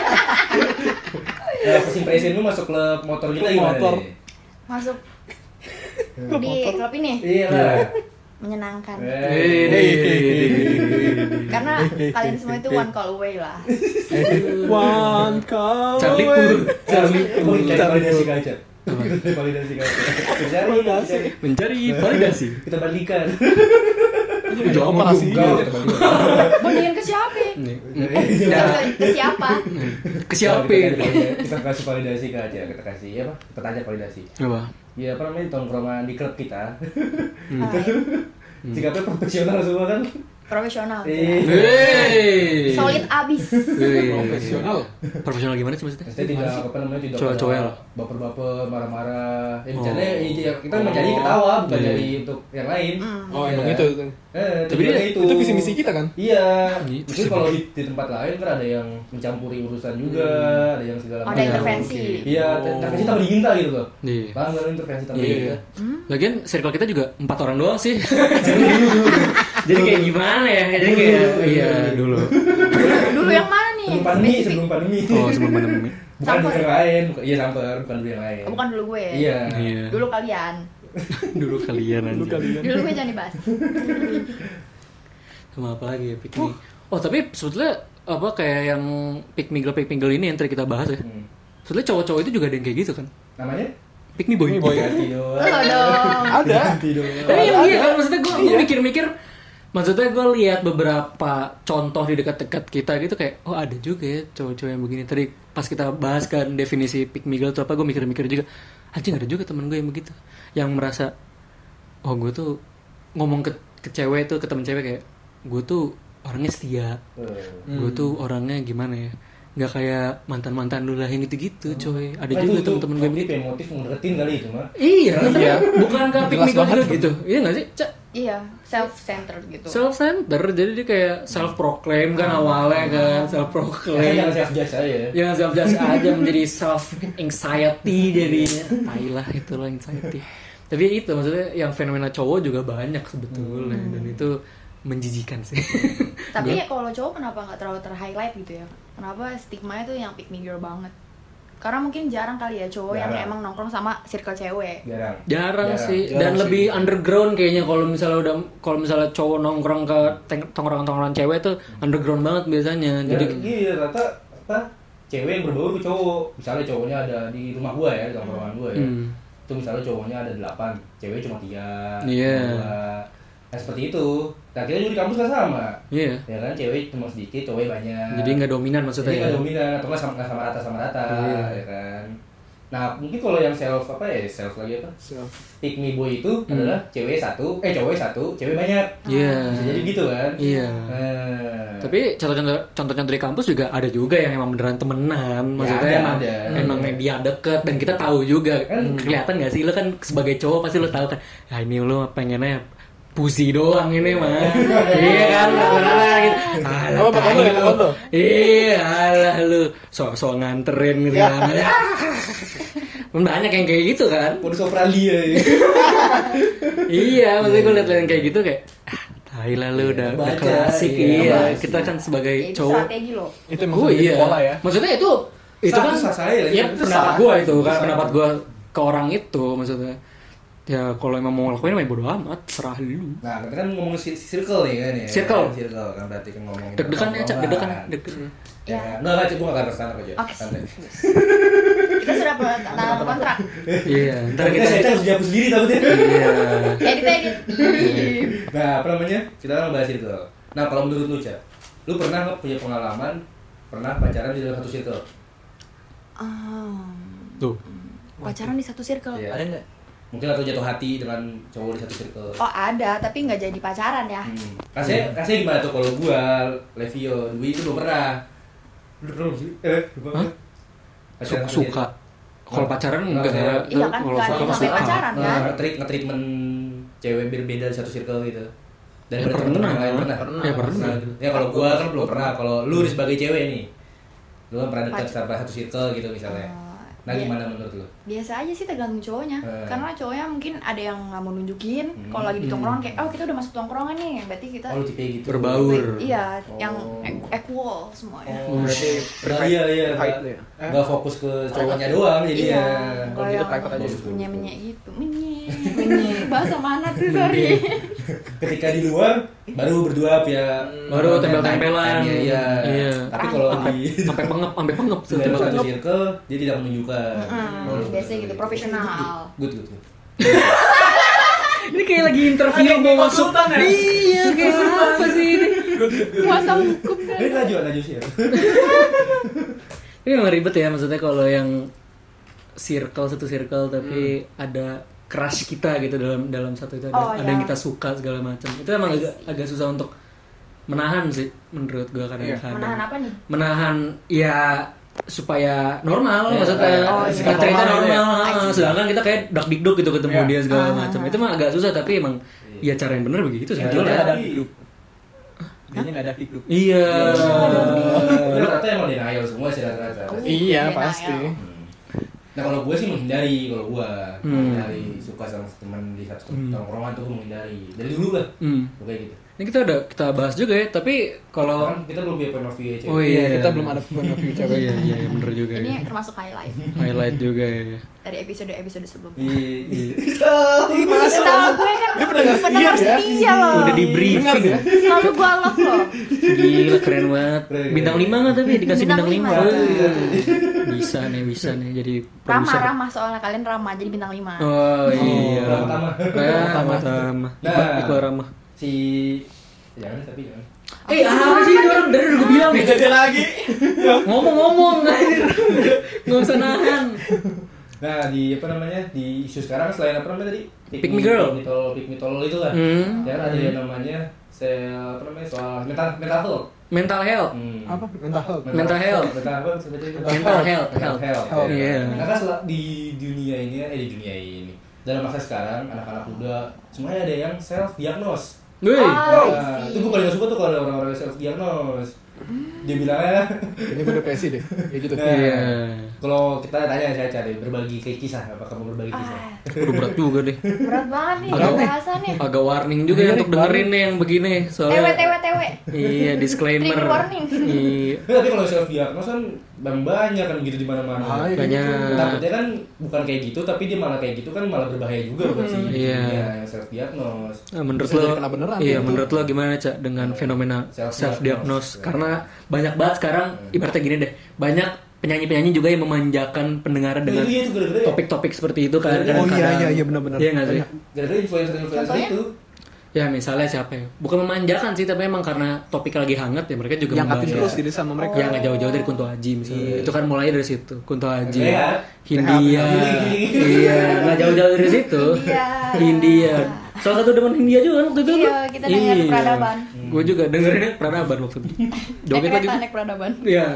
Nah, first impression lu masuk klub motor kita Klub gimana motor. nih? Masuk di klub ini Iya lah. menyenangkan. Eh, Karena kalian semua itu one call away lah. One call Charlie away. Pur. Charlie Mau Pur. cari validasi kaca. Validasi kaca. Mencari, Validasi. mencari. Mencari validasi. Kita bandingkan. Itu apa sih? Enggak, kita bandingkan. Bandingin ke siapa? Nih. Ya. Ke, ke siapa? Ke siapa? Kita, kita kasih validasi ke aja, kita kasih apa? Kita tanya validasi. Apa? Ya apa namanya tongkrongan di klub kita. Ah, Sikapnya profesional semua kan. profesional. Eh. Hey. Solid abis. Hey. Profesional. Profesional gimana sih maksudnya? Maksudnya tidak apa namanya tidak Cowok-cowok pada lah. baper-baper marah-marah. Ya Oh. bercanda ya, kita mencari ketawa bukan Iya. dari untuk yang lain. Hmm. Oh, Iya. emang itu. Eh, Tapi tujuannya dia- itu. Itu visi misi kita kan? Iya. Itu Mungkin sih. kalau di, di tempat lain kan ada yang mencampuri urusan juga, ada yang segala Ada macam. intervensi. Iya, Oh. intervensi tambah diminta gitu loh. Iya. Paham nggak lo intervensi tambah Iya. diminta? Lagian circle kita juga empat orang doang sih. Jadi kayak gimana ya? Jadi kayak iya dulu. Dulu yang mana nih? Sebelum pandemi, Spesifik. sebelum pandemi. Oh sebelum pandemi. Bukan Samper. dulu yang lain, bukan, iya samper, bukan dulu yang lain. Oh, bukan dulu gue. Iya. Iya. Dulu kalian. Dulu kalian aja. Dulu kalian. Dulu gue jangan dibahas. Sama apa lagi ya pick me? Oh tapi sebetulnya apa kayak yang pick me girl pick me girl ini yang tadi kita bahas ya. Hmm. Sebetulnya cowok-cowok itu juga ada yang kayak gitu kan. Namanya? Pick me boy. Pick me boy. Ganti doang. Lo dong. Ada. Ganti doang. Tapi Ada, iya ada. kan maksudnya gue Iya. mikir-mikir maksudnya gue lihat beberapa contoh di dekat-dekat kita gitu kayak oh ada juga ya cowok-cowok yang begini. Tadi pas kita bahas kan definisi pick me girl itu apa gue mikir-mikir juga anjing ada juga temen gue yang begitu yang merasa oh gue tuh ngomong ke, ke cewek tuh ke temen cewek kayak gue tuh orangnya setia. Hmm. Gue tuh orangnya gimana ya? Nggak kayak mantan-mantan lu lah yang gitu-gitu, coy. Ada Nah, juga itu- temen-temen gue itu begitu. motif ngedeketin kali itu mah. Iya, Iya. bukan ke pick Jelas me girl banget. juga gitu. Iya nggak sih? Cak, Iya, self centered gitu. self center, jadi dia kayak self proclaim kan awalnya kan, self Ya, proclaim. jangan self judge aja ya. Jangan self judge aja menjadi self anxiety jadinya. Tai lah itulah anxiety. Tapi itu maksudnya yang fenomena cowok juga banyak sebetulnya dan itu menjijikan sih. Tapi kalau cowok kenapa nggak terlalu ter-highlight gitu ya? Kenapa stigma itu yang pick me girl banget? Karena mungkin jarang kali ya cowok yang Jarang. emang nongkrong sama circle cewek. Jarang. Jarang, sih Jarang dan sih. lebih underground kayaknya kalau misalnya udah kalau misalnya cowok nongkrong ke teng- tongkrongan-tongkrongan cewek tuh underground banget biasanya. Jadi Jadi iya rata apa cewek yang berbaur ke cowok. Misalnya cowoknya ada di rumah gua ya, di tongkrongan gua ya. hmm. Itu misalnya cowoknya ada delapan, cewek cuma tiga. Iya. dua. Nah seperti itu. Nah kita juga di kampus kan sama. Iya. Ya kan cewek cuma sedikit, cowok banyak. Jadi nggak dominan maksudnya. Jadi nggak ya? dominan atau nggak sama, nggak sama rata sama rata, Iya. ya kan. Nah mungkin kalau yang self apa ya self lagi apa? Self. Pick me boy itu Hmm. adalah cewek satu, eh cowok satu, cewek banyak. Iya. Bisa jadi gitu kan? Iya. Nah, Tapi contoh-contoh contoh-contoh di kampus juga ada juga yang emang beneran temenan, maksudnya ada, emang ada. emang dia deket dan kita tahu juga. Kan- Kelihatan nggak sih lu kan sebagai cowok pasti lu tahu kan. Ya ini lu pengennya pusi doang ini mah. Iya kan? Beneran gitu. Alah, Apa, apa, apa, tai apa, lu. apa? Iya, alah lu sok-sok nganterin gitu kan. Banyak yang kayak gitu kan. modus operandi ya. Iya, maksudnya gue liat yang kayak gitu kayak ah, tai lah lu udah, udah Baca, klasik. iya, Iya, baca. kita kan sebagai Ya, itu cowok. strategi loh. Itu emang Oh sudah jadi iya. pola ya. Maksudnya itu itu Sah, kan itu sah saya lagi. ya Itu pendapat sah. gue itu kan Sah. pendapat gue ke orang itu maksudnya. Ya kalau emang mau ngelakuin mah bodo amat, serah lu. Nah, kita kan ngomong si- circle nih kan ya. Circle. Circle kan berarti kan ngomongin. Deg-degan ya, Cak, deg-degan ya, tongkrongan. deg-degan. Ya, kan? Nggak, nggak, Cak, gue nggak akan kesana kok, Cak. Oke. Santai. Kita sudah tanda kontrak. Iya, ntar Kita kita saya harus dihapus sendiri takutnya. iya. Edit edit. Nah, apa namanya? Kita kan bahas circle. Nah, kalau menurut lu, Cak, lu pernah nggak punya pengalaman pernah pacaran di dalam satu circle? Ah, Tuh. pacaran di satu circle. Iya. Ada nggak? Mungkin atau jatuh hati dengan cowok di satu circle. Oh ada, tapi nggak jadi pacaran ya. Hmm. Rasanya, rasanya gimana tuh kalau gua, Levio, Dwi itu belum pernah. Lu pernah belum sih? Eh, belum Hah? Pacaran Su- sama suka. Kalau pacaran enggak Nggak, ya. Iya kan, Kalau nggak ada suka yang mah sampai suka. pacaran dia. kan. Nah, nge-treat nge-treatment cewek berbeda di satu circle gitu. Dan Ya, berteman pernah. yang lain pernah. Pernah. Ya, pernah. Ya kalau gua kan belum pernah. Kalau lu sebagai cewek nih, lu kan pernah dekat sama satu circle gitu misalnya. Oh, Nah iya. gimana menurut lu? Biasa aja sih tergantung cowoknya. Eh. Karena cowoknya mungkin ada yang nggak mau nunjukin. Hmm. Kalau lagi di tongkrongan kayak, oh kita udah masuk tongkrongan nih, berarti kita Oh lu tipe gitu. Berbaur. iya, Oh. yang e- equal semuanya. Oh, berarti berarti iya iya. Fight nggak- lu ya? Eh? Nggak fokus ke cowoknya doang jadi Iya, ya. kalau Kalau gitu yang private aja. menye-menye gitu, menye, menye. Bahasa mana tuh, sorry. Ketika di luar baru berdua ya Baru tempel-tempelan. Iya, iya. Iya. Tapi kalau Sampai di sampai pengep, sampai pengep tuh. dalam tembak satu pengep. circle dia tidak menunjukkan. Mm-mm, Oh, biasanya gitu, profesional. Good, good, good. Ini kayak lagi interview mau masuk. Iya, kayak apa sih ini? Kuasa hukum kan. Ini laju, laju sih ya. Ini memang ribet ya maksudnya kalau yang circle satu circle tapi ada crush kita gitu dalam dalam satu itu ada, Oh, ada iya. yang kita suka segala macam. Itu emang agak agak susah untuk menahan sih menurut gua kadang-kadang. Menahan apa nih? Menahan ya supaya normal Ya, maksudnya oh, iya. kita cerita Normal, normal, ya. ah, sedangkan kita kayak dak dikduk gitu ketemu Ya. dia segala Ah. macam. Itu mah agak susah tapi emang ya cara yang benar begitu Ya, sebetulnya. ada ada hidup. Dia nggak ada hidup. Iya. Rata-rata emang denial semua sih rata-rata. Oh. Iya Denial. pasti. Hmm. Nah kalau gue sih menghindari, kalau gue Hmm. menghindari suka sama teman di satu Hmm. tongkrongan tuh gue menghindari dari dulu lah, Hmm. gue kayak gitu. Ini kita udah kita bahas juga ya, tapi kalau Kan kita belum punya point of view ya, cewek. Oh, iya. Kita belum ada point of view cewek. iya iya iya, bener juga Ini ya. termasuk highlight Highlight juga ya. dari episode-episode sebelumnya. Iya, iya. Tahu gue kan pendengar setia loh. Udah di briefing ya. Selalu gue love loh. Gila keren banget. Keren, Bintang keren. lima nggak tapi dikasih Bintang bintang lima. lima. Wah, bisa nih bisa nih jadi Ramah, produser. ramah soalnya kalian ramah jadi bintang lima. Oh iya. Oh, pertama. Ramah ramah. Nah. Iklan ramah. Si jangan tapi jangan. Eh apa sih ini orang dari udah gue bilang nih. Jadi lagi. Ngomong-ngomong anjir. Nggak usah nahan. Nah di apa namanya di isu sekarang selain apa namanya tadi Pick me girl. pick me tol, pick me tol itu lah. Hmm. Ya ada yang namanya sel apa namanya soal mental mental health. Mental health. Hmm. Apa? Mental health. Mental health. Mental health. sebetulnya. Mental health. Mental health. Health. ya. Iya. Nah kan sel- di dunia ini eh di dunia ini dalam masa sekarang anak-anak muda semuanya ada yang self diagnose. Wih. Ah, Nah, itu gue paling gak suka tuh kalau ada orang-orang self diagnose. Dia bilangnya Ini gue depresi deh. Kayak gitu. Nah, Iya. kalau kita tanya saya cari berbagi kayak kisah, apakah mau berbagi kisah? Ah, Udah berat juga deh. berat banget nih Agak- bahasannya. Agak warning juga ya untuk dengerin nih yang begini Tewe soalnya. tewe tewe. Iya, disclaimer. Trigger warning. Iya. Nah, tapi kalau self diagnose kan bang banyak kan gitu di mana-mana. Ah, iya. Banyak. Takutnya kan bukan kayak gitu, tapi dia malah kayak gitu kan malah berbahaya juga buat si Iya. dunia yang self diagnose. Nah, menurut Bisa lo, jadi kena beneran, iya gitu. menurut lo gimana Cak dengan fenomena Self-diagnose. self diagnose? Karena banyak banget sekarang, ibaratnya gini deh, banyak penyanyi-penyanyi juga yang memanjakan pendengar dengan Nah, iya itu gara-gara ya. topik-topik seperti itu kan. Oh iya kadang-kadang. iya iya benar-benar. Iya nggak sih? Banyak. Gara-gara influencer-influencer Contohnya? itu. Ya misalnya siapa ya? Bukan memanjakan sih, tapi emang karena topik lagi hangat ya mereka juga Yang angkatin membahas. terus diri sama mereka. Ya nggak jauh-jauh dari Kunto Aji misalnya. Iya. Itu kan mulai dari situ. Kunto Aji, Rehat. Hindia, Rehat. iya nggak jauh-jauh dari situ. Hindia. Hindia. Salah satu demen Hindia juga waktu itu. Iya, kita denger peradaban. Gue juga dengerin peradaban waktu itu. Joget Naik lagi. kereta, naik peradaban. Iya.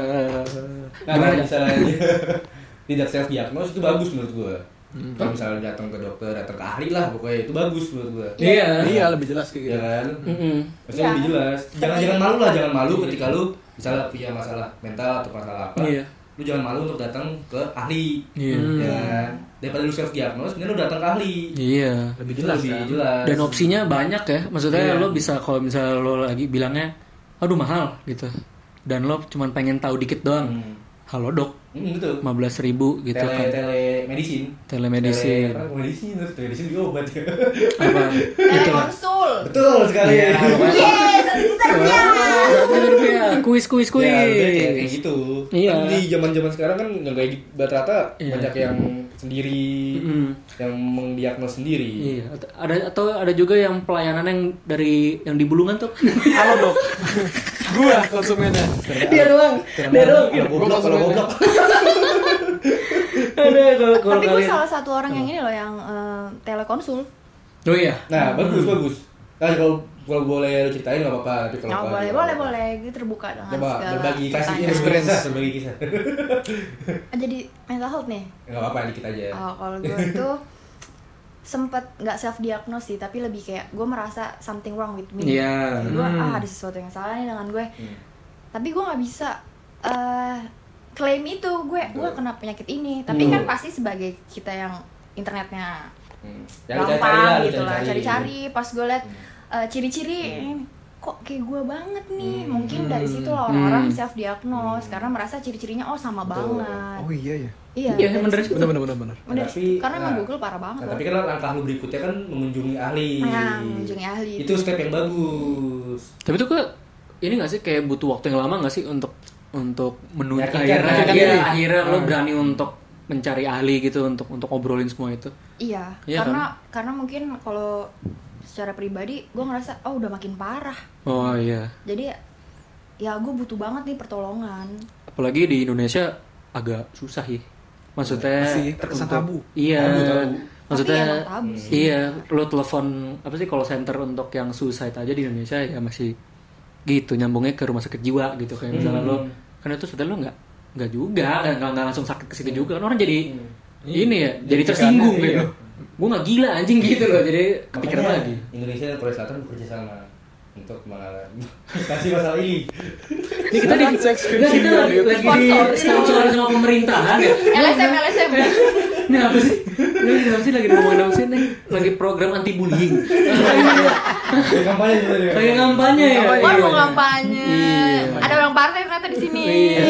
Nah, kalau misalnya dia tidak self diagnose itu bagus menurut gua. Kalau misalnya datang ke dokter, datang ke ahli lah pokoknya itu bagus menurut gua. Iya. Iya lebih jelas kayak gitu. Ya kan? Mm-mm. Maksudnya Iya. lebih jelas. Jangan jangan malu lah, jangan malu ketika lu misalnya punya masalah mental atau masalah apa. Iya. Lu jangan malu untuk datang ke ahli. Iya. Ya kan? Daripada lu self diagnose, mending lu datang ke ahli. Iya. Lebih Itu jelas lebih kan? jelas. Dan opsinya banyak ya. Maksudnya Iya. lo bisa kalau misalnya lo lagi bilangnya, aduh mahal gitu. Dan lo cuman pengen tahu dikit doang. Hmm. Halo dok, Hmm, gitu. lima belas ribu gitu Tele kan. telemedicine. Telemedicine. Tele, apa, medicine terus telemedicine juga obat ya. Apa? Gitu lah. Telekonsul. Betul sekali. Iya, pokoknya- Yes, sebenarnya. Rupiah. Kuis kuis kuis. Ya, udah kayak, kayak gitu. Iya. Kan di zaman-zaman sekarang kan nggak kayak gitu. Rata-rata Iya. banyak yang sendiri, Mm-mm. yang mendiagnos sendiri. Iya, ada atau ada juga yang pelayanan yang dari yang di Bulungan tuh. Halo dok. Gua konsumennya. Dia doang. Dia doang. Kalau goblok, kalau goblok. Ada kalau kalau Tapi gue kalian. salah satu orang yang ini loh yang eh, telekonsul. Oh iya. Nah, bagus, bagus. Nah, kalau kalau boleh lu ceritain nggak apa-apa, tapi kalau Oh, nggak, boleh, nggak boleh, apa-apa. boleh. Gue terbuka dengan Coba segala berbagi kasih pertanyaan. experience, berbagi kisah. Ah, Jadi mental health nih. Nggak apa-apa, dikit aja. Oh, kalau gue tuh sempet nggak self diagnose sih, tapi lebih kayak gue merasa something wrong with me. Iya. Gue Hmm. ah ada sesuatu yang salah nih dengan gue. Hmm. Tapi gue nggak bisa eh klaim itu gue gue Betul. kena penyakit ini. Tapi Hmm. kan pasti sebagai kita yang internetnya Hmm. gampang lu gitu lah, cari-cari. cari-cari. Pas gue liat Hmm. eh, ciri-ciri Hmm. kok kayak gue banget nih. Hmm. Mungkin dari situ lah orang-orang Hmm. self diagnose Hmm. karena merasa ciri-cirinya oh sama Betul. banget. Oh iya ya. Iya. Iya, dari emang dari situ. Benar benar benar benar. Bener, Tapi, karena nah, emang Google parah banget Nah, loh. tapi kan langkah lu berikutnya kan mengunjungi ahli. Nah, mengunjungi ahli Itu step yang bagus. Tapi itu kok ini nggak sih kayak butuh waktu yang lama nggak sih untuk untuk menuju Yakinkan, akhirnya yakinkan iya, diri. akhirnya lo Hmm. berani untuk mencari ahli gitu untuk untuk ngobrolin semua itu. Iya, Iya karena karena mungkin kalau secara pribadi gue ngerasa oh udah makin parah. Oh iya. Jadi ya gue butuh banget nih pertolongan. Apalagi di Indonesia agak susah ya. Maksudnya Masih terkesan untuk- tabu. Iya. Tabu, tabu. Maksudnya Tapi emang tabu sih. iya, lo telepon apa sih call center untuk yang suicide aja di Indonesia ya masih gitu nyambungnya ke rumah sakit jiwa gitu kayak misalnya Hmm. lo karena itu sebetulnya lo nggak nggak juga nggak nggak langsung sakit ke situ juga kan orang jadi Hmm. ini ya Jadi jadi tersinggung tekanan, gitu. iya. Gue nggak gila anjing gitu loh jadi kepikiran Makanya lagi. Indonesia dan Korea Selatan bekerja sama untuk mengatasi masalah ini. Ini kita di Cek nggak, kita lagi, skripsi lagi di sponsor sama pemerintahan ya. L S M L S M. Ini apa sih? Ini lagi apa sih lagi ngomongin apa sih nih? Lagi program anti bullying. Kayak kampanye juga dia. Kayak kampanye ya. Kampanye. Wah Iya. mau kampanye. Iya. Ada orang partai ternyata di sini. Iya.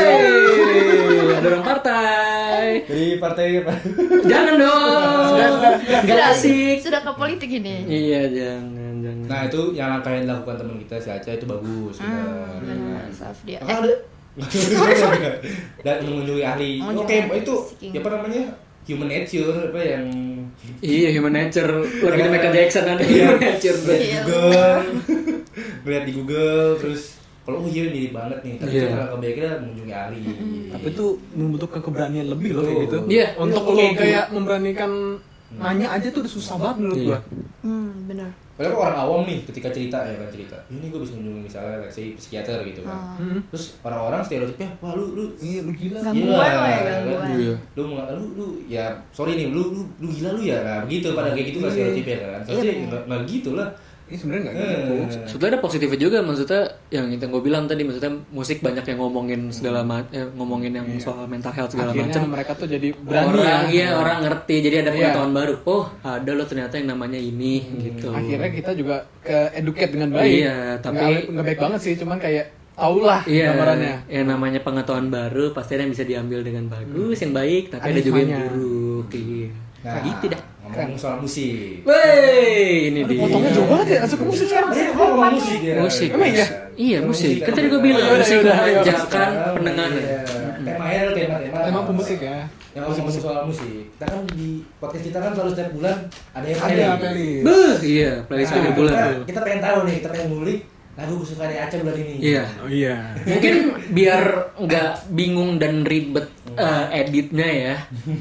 Wey, ada orang partai. Jadi partai apa? Jangan dong. Gak Sudah- asik. Sudah ke politik ini. Iya, jangan, jangan. Nah itu yang langkah yang dilakukan teman kita si Aca itu bagus. Hmm, benar. benar, self dia. Apa ada? sorry, sorry. Dan mengunjungi ahli. Mengunjungi Oke, ahli, itu seeking. ya apa namanya? Human nature apa yang Iya, human nature. Lebih ke Iya. Michael Jackson ada Iya. human nature. bro. lihat di Iya. Google, lihat di Google, terus kalau oh iya mirip banget nih, tapi Iya. yeah. kalau kira mengunjungi Ali. Tapi itu membutuhkan keberanian lebih loh kayak gitu. Iya. Untuk Iya, lo kayak kayak memberanikan nanya aja tuh udah susah banget menurut Iya. gua. Hmm, bener. Padahal orang awam nih ketika cerita ya kan cerita, ini gue bisa mengunjungi misalnya let's say psikiater gitu kan. Ah. Hmm. Terus orang-orang stereotipnya, wah lu lu Iya, lu gila. Gangguan gila, lo ya, kan? gangguan. Iya. Lu lu lu ya sorry nih, lu lu lu gila lu ya, nah begitu pada kayak gitu kan Iya. stereotipnya kan. Pasti Iya. nggak nggak gitu lah. Ini sebenarnya nggak gitu. Eh. Sebetulnya ada positifnya juga, maksudnya yang itu gue bilang tadi, maksudnya musik banyak yang ngomongin segala macam, eh, ngomongin yang soal mental health segala Akhirnya macam. mereka tuh jadi berani Orang ya. iya orang ngerti, jadi ada Iya. pengetahuan baru. Oh ada lo ternyata yang namanya ini gitu. Akhirnya kita juga ke educate dengan baik. Iya, tapi- nggak, nggak baik banget sih, cuman kayak tau lah Iya, gambarannya. yang namanya pengetahuan baru pasti ada yang bisa diambil dengan bagus, yang baik, tapi Ada ada, juga yang hikmahnya. buruk. Iya. Nah, gitu dah. ngomong soal musik. Wey, ini dia. Potongnya jauh banget ya, langsung ke musik sekarang. Tadi aku ngomong musik ya. Musik. Emang iya? Iya, musik. Kan tadi gue Musik. bilang Oh, yaudah, musik yaudah, ayo. memanjakan Sekarang, pendengar. iya. Temanya adalah tema-tema. Emang pemusik ya. Yang ngomong soal musik. Kita kan di podcast kita kan selalu setiap bulan ada yang Ada playlist. playlist. Beuh, iya, playlist Nah, nah, bulan. kita, kita pengen tahu nih, kita pengen ngulik lagu kesukaan Aca bulan ini. Iya. Oh iya. Mungkin biar nggak bingung dan ribet eh, editnya ya.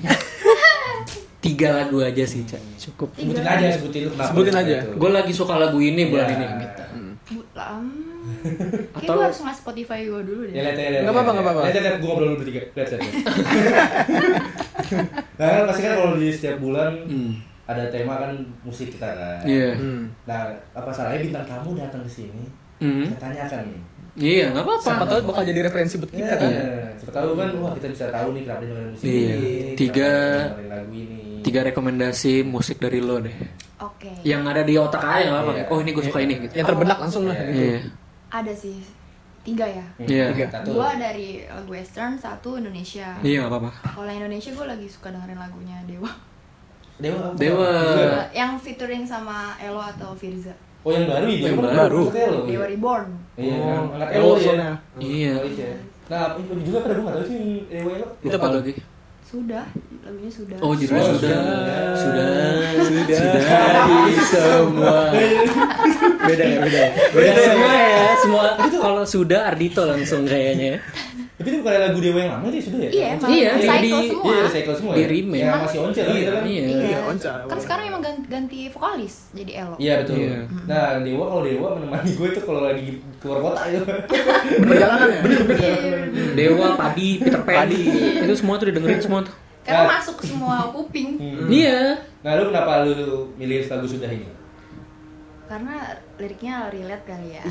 Tiga lagu aja sih, Cak. Cukup. Sebutin aja, sebutin lu kenapa. Sebutin aja. Gue lagi suka lagu ini bulan Iya. ini gitu. Bulan. Kayak Atau- gue harus nge Spotify gue dulu deh. Ya lihat lihat. Nggak apa-apa, nggak apa-apa. Lihat lihat gue ngobrol dulu bertiga. Lihat lihat. lihat. Nah, kan pasti kan kalau di setiap bulan Hmm. ada tema kan musik kita kan. Iya. Hmm. Nah, apa salahnya bintang tamu datang ke sini? Hmm. Kita tanyakan nih. Iya, nggak apa-apa. Siapa tahu bakal jadi referensi buat kita kan. Iya. Siapa tahu kan, wah kita bisa tahu nih kenapa dia dengerin musik Iya. ini. Tiga- kenapa dia dengerin lagu ini. Tiga rekomendasi musik dari lo deh. Oke. Yang ada di otak aja nggak apa-apa. Iya. Oh ini gue suka ini gitu. Yang terbenak langsung lah. Iya. gitu. Iya. Ada sih. Tiga ya. Hmm, Iya. tiga. Satu. Dua dari lagu western, satu Indonesia. Iya nggak apa-apa. Kalau yang Indonesia gue lagi suka dengerin lagunya Dewa. Dewa. apa? Dewa. Dewa. Yang featuring sama Elo atau Firza. Oh yang baru ini. Yang Dewa baru. maksudnya lo. Dewa Reborn. Iya, Oh, yang angkat Elo Elo ya. soalnya. Iya. Malaysia. Nah, ini juga pada gue nggak tahu sih Dewa Elo. Itu apa lagi? Sudah, lagunya sudah. Oh judulnya Oh, sudah. sudah. Sudah. Sudah di semua. Beda ya, beda. ya? Beda semua ya. Semua kalau sudah Ardito langsung kayaknya. Tapi itu bukan lagu Dewa yang lama sih sudah ya? Iya, emang Iya, recycle di- semua. Iya, recycle semua Di ya? remake. Yang masih oncel kan gitu kan? Iya. Iya, Onca. kan sekarang emang ganti, ganti vokalis jadi Elo. Iya betul. Iya. Nah Dewa kalau Dewa menemani gue itu kalau lagi keluar kota itu. Perjalanan ya. Iya. Dewa, Padi, Peter Pan. Itu semua tuh didengerin semua tuh. Karena Nah. masuk ke semua kuping. Hmm. Iya. Nah lu kenapa lu milih lagu sudah ini? Karena liriknya relate kali ya.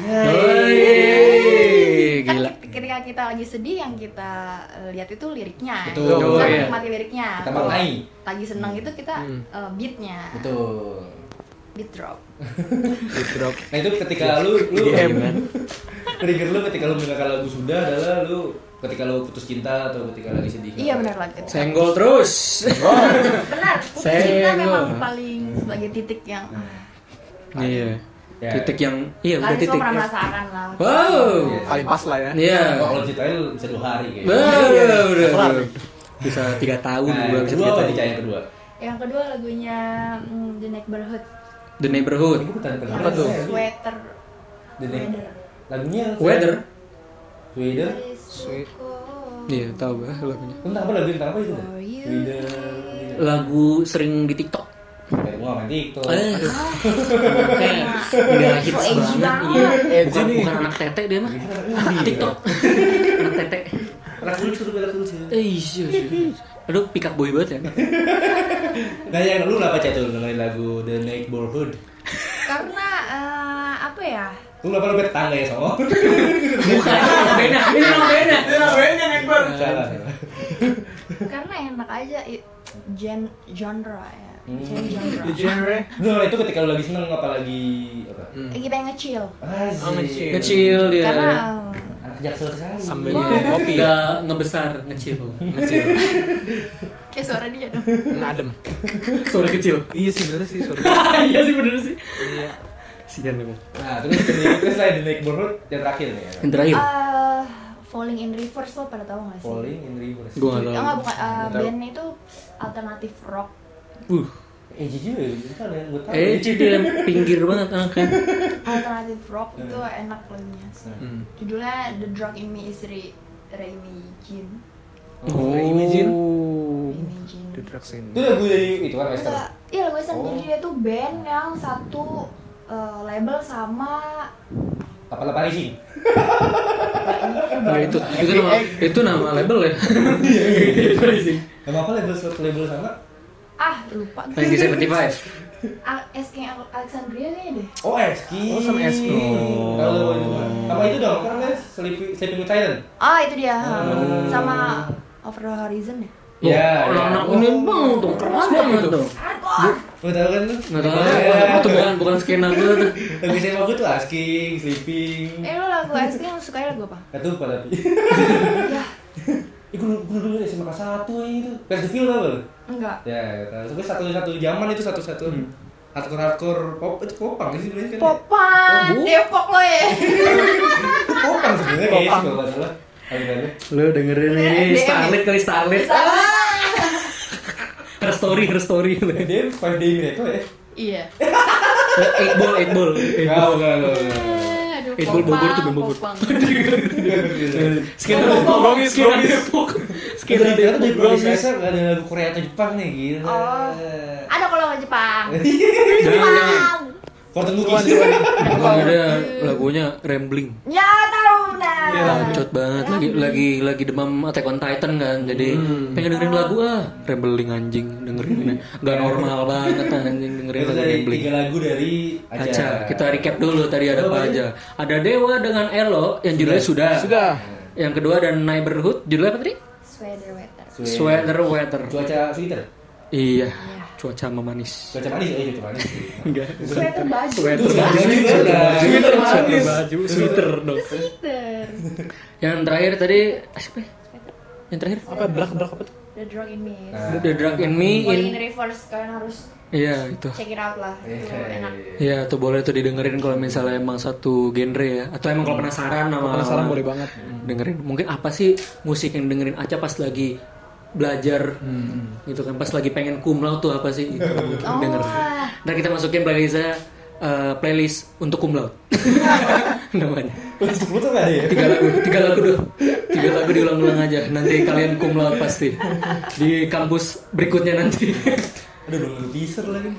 Woi, Kan gila. ketika kita lagi sedih yang kita eh, lihat itu liriknya. Betul. Kita Oh, iya. menikmati liriknya. Kita Kalau maknai. lagi seneng itu kita Hmm. eh, beatnya. Betul. Beat drop. Drop. Nah itu ketika lu lu Iya, kan? trigger lu ketika lu mendengarkan lagu sudah adalah lu ketika lu putus cinta atau ketika lagi sedih. Iya benar lagi. Senggol terus. Benar. Putus Saya cinta gua. memang paling sebagai titik yang Iya. Ya. Titik yang iya udah kalian titik. semua pernah merasakan lah. Wow. Paling pas lah ya. Iya. Oh, kalau ceritain lu bisa dua hari kayaknya. Udah, udah, udah, Kelar. udah. Bisa tiga tahun Nah, gua yang bisa kedua tiga apa tahun. nih Cah, yang kedua? Yang kedua lagunya mm, The Neighborhood. The Neighborhood. Ini bukan Apa tuh? Sweater. The Neigh- Weather. Lagunya Weather. Weather. Sweet. Iya, tahu gua lagunya. Tentang apa lagu tentang apa itu? For you. Weather. Lagu sering di TikTok. Kayak gua main TikTok. Eh, kayak nggak hits So edgy banget. banget. Iya. Edgy Bukan, nih. bukan anak tete dia mah. TikTok. Anak tete. Anak lucu tuh, anak lucu. Eh, iya, iya. Aduh, pick up boy banget ya. Nah yang lu kenapa Cah tuh dengerin lagu The Neighborhood? Karena eh, apa ya? Lu kenapa lu beda tetangga ya sama? Bukan, beda. Ini yang beda. Salah. salah. Karena enak aja i- gen genre ya. Hmm. Gen genre. The genre. Lu itu ketika lu lagi seneng apa lagi apa? Lagi pengen nge-chill. Oh, nge-chill. Ngecil dia. Karena Anak jaksel sekali. Sambil Wah. minum kopi. Nggak ngebesar, ngecil. Ngecil. eh, kayak suara dia dong. Ngadem. Suara kecil. Iya sih bener sih sorry. Iya sih bener sih. Iya. Sian memang. Nah terus terus lah The Neighborhood yang terakhir nih ya. Yang terakhir. Eh, Falling in Reverse lo pada tahu gak sih? Falling in Reverse. Gua nggak tahu. Oh, enggak, bukan eh, Nggak tahu. bandnya itu alternatif rock. Uh, Eh jujur ya, kita ada yang gue tahu. Eh, jadi yang pinggir banget anaknya. Alternative rock itu enak lagunya. Hmm. Judulnya The Drug in Me is Re Reimagine. Oh, Imagine. Reimagine. The Drugs in Itu lagu dari itu kan Itu, Esther. iya lagu Western. Oh. Jadi dia tuh band yang satu eh, label sama Apa lah Parisi? Nah, itu itu nama itu nama label ya. Nama apa label suatu label sama? ah lupa gue. sembilan tujuh lima. A- S K Alexandria kayaknya deh. Oh Eski. Oh, sama Eski. Oh. Kalau itu apa itu dong? Kan kan Sleeping Sleeping with Silent. Ah itu dia. Hmm. Sama Over the Horizon deh. Ya, Anak-anak ini bang tuh keras banget tuh. Hardcore. Lo tau kan? Nggak tahu Ya. itu bukan bukan skena gue tuh. Lagu saya gue tuh Asking, Sleeping. Eh lo lagu S K yang suka lagu apa? Itu apa tapi? Ya Ih, gue dulu dulu S M K satu itu. Pers the Feel tau gak? enggak. Ya, tapi satu satu zaman itu satu satu. Hardcore hardcore pop itu popang sih sebenarnya kan. Popang, Oh, bu. Depok lo ya. Itu popang sebenarnya kayaknya Popang. kalau nggak salah. Alirannya. Lu dengerin ini Starlit kali Starlit. Her story, her story. Dia five day miracle ya. Iya. Eight ball, eight ball. Eight Enggak, ball. enggak, enggak. Aduh, Eh, Bogor Popang, tuh, Bogor. Popang. Skena Brownies, Depok, brownies, skena brownies. Depok. Kita Skena di Depok. di Indonesia nggak ada lagu Korea atau Jepang nih gitu. Oh. Ada kalau lagu Jepang. Jangan, jangan. Korten Coba, Bugis. coba. Bukan ada lagunya Rambling. Ya tahu nah. Bacot banget lagi lagi lagi demam Attack on Titan kan. Jadi pengen dengerin lagu ah, Rambling anjing dengerin ini. Enggak normal banget anjing dengerin Itu lagu dari Rambling. tiga lagu dari Aca. Aca, kita recap dulu tadi ada Oh, apa iya. aja. Ada Dewa dengan Elo yang judulnya sudah. Sudah. Yang kedua ada Neighborhood judulnya apa tadi? Sweater weather. Sweater Weather. Cuaca sweater. Iya, cuaca memanis. Cuaca manis, eh cuaca manis. Enggak. Sweater baju. Sweater Itu baju, baju juga. sweater Sweater baju, sweater manis. baju, sweater dong. Sweater. Yang terakhir tadi siapa ya? Yang terakhir? Apa drag drag apa tuh? The Drug in Me. Nah. The Drug in Me Boleh in. in reverse, kalian harus Iya itu. check it out lah. Itu enak. Iya tuh boleh tuh didengerin kalau misalnya emang satu genre ya. Atau emang kalau penasaran sama Penasaran boleh banget. dengerin. Mungkin apa sih musik yang dengerin Aca pas lagi belajar gitu kan, pas lagi pengen cum laude tuh apa sih gitu, Oh. denger. Ntar kita masukin playlist uh, playlist untuk cum laude namanya. Untuk lu tuh nggak ada ya? Tiga lagu, tiga lagu tuh, tiga lagu diulang-ulang aja. Nanti kalian cum laude pasti di kampus berikutnya nanti. Aduh belum ada teaser lagi.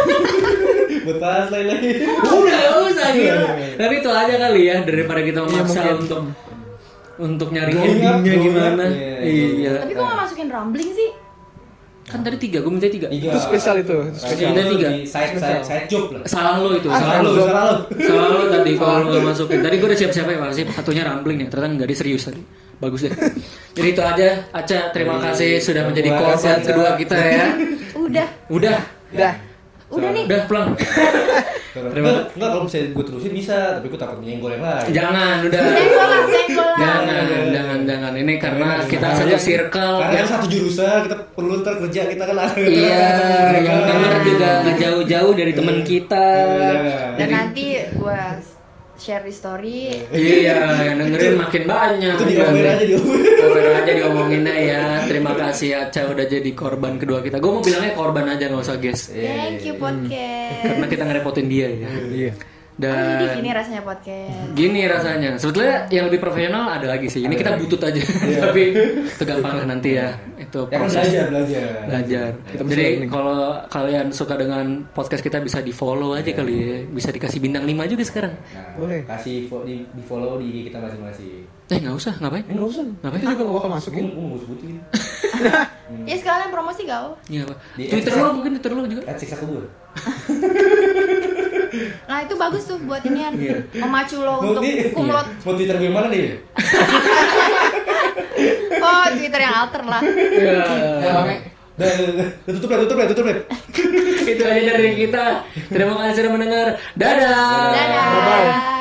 Buat pas lagi lagi. Udah gak usah gitu. Tapi itu aja kali ya daripada kita memaksa untuk untuk nyari Growing up, endingnya growing gimana. up, iya. Iya. Tapi kok nggak masukin rambling sih? Kan tadi tiga, gue minta tiga. Tiga. Itu spesial itu, itu Spesial. Ada tiga. Side side side job lah. Salah lo itu, Ah, salah salah lo. lu, salah lu. Salah lo tadi kalau lo gak masukin. Tadi gue udah siap-siap ya pasti satunya rambling nih. Ternyata nggak serius tadi. Bagus deh. Jadi itu aja. Aca, terima kasih sudah menjadi Terima kasih, korban Aca. kedua kita ya. Udah. Udah, Udah. Udah nih. udah pulang. Terima. Enggak, enggak kalau misalnya gue terusin bisa, tapi gue takut nyenggol yang lain. Jangan, udah. Senggolan, senggolan. Jangan, jangan, jangan. Ini karena kita satu circle. Karena yang satu jurusan kita perlu ntar kerja kita kan ada. Iya, yang denger juga nggak jauh-jauh dari teman kita. Dan nanti gue share di story. Iya, yang dengerin makin banyak. Itu diomelin aja diomelin. Cover aja diomonginnya ya. Terima kasih Aca udah jadi korban kedua kita. Gue mau bilangnya korban aja nggak usah guys. Thank you podcast. Karena kita ngerepotin dia ya. Iya. Oh, jadi Dan gini rasanya podcast. gini rasanya. Sebetulnya yang lebih profesional ada lagi sih. Ini kita butut aja. Tapi itu gampang lah nanti ya. Itu Ya kan proses. belajar, belajar. Belajar. Jadi kalau kalian suka dengan podcast kita bisa di follow aja kali ya. Bisa dikasih bintang lima juga sekarang. Nah, Boleh. Kasih fo- di, di follow di I G kita masing-masing. Eh nggak usah, ngapain? Enggak usah. Ngapain? Itu juga enggak bakal Gue masukin. mau sebutin. Ya sekalian promosi gak? Iya apa? Di Twitter X. lo mungkin Twitter lo juga. At siksa kubur. Nah itu bagus tuh buat inian. Memacu lo Mau untuk di- kumlot. Mau Twitter gue mana nih? Oh Twitter yang alter lah. Iya. Dah, dah, dah, tutup ya, tutup ya, tutup ya. Itu aja dari kita. Terima kasih sudah mendengar. Dadah. Dadah. Bye-bye.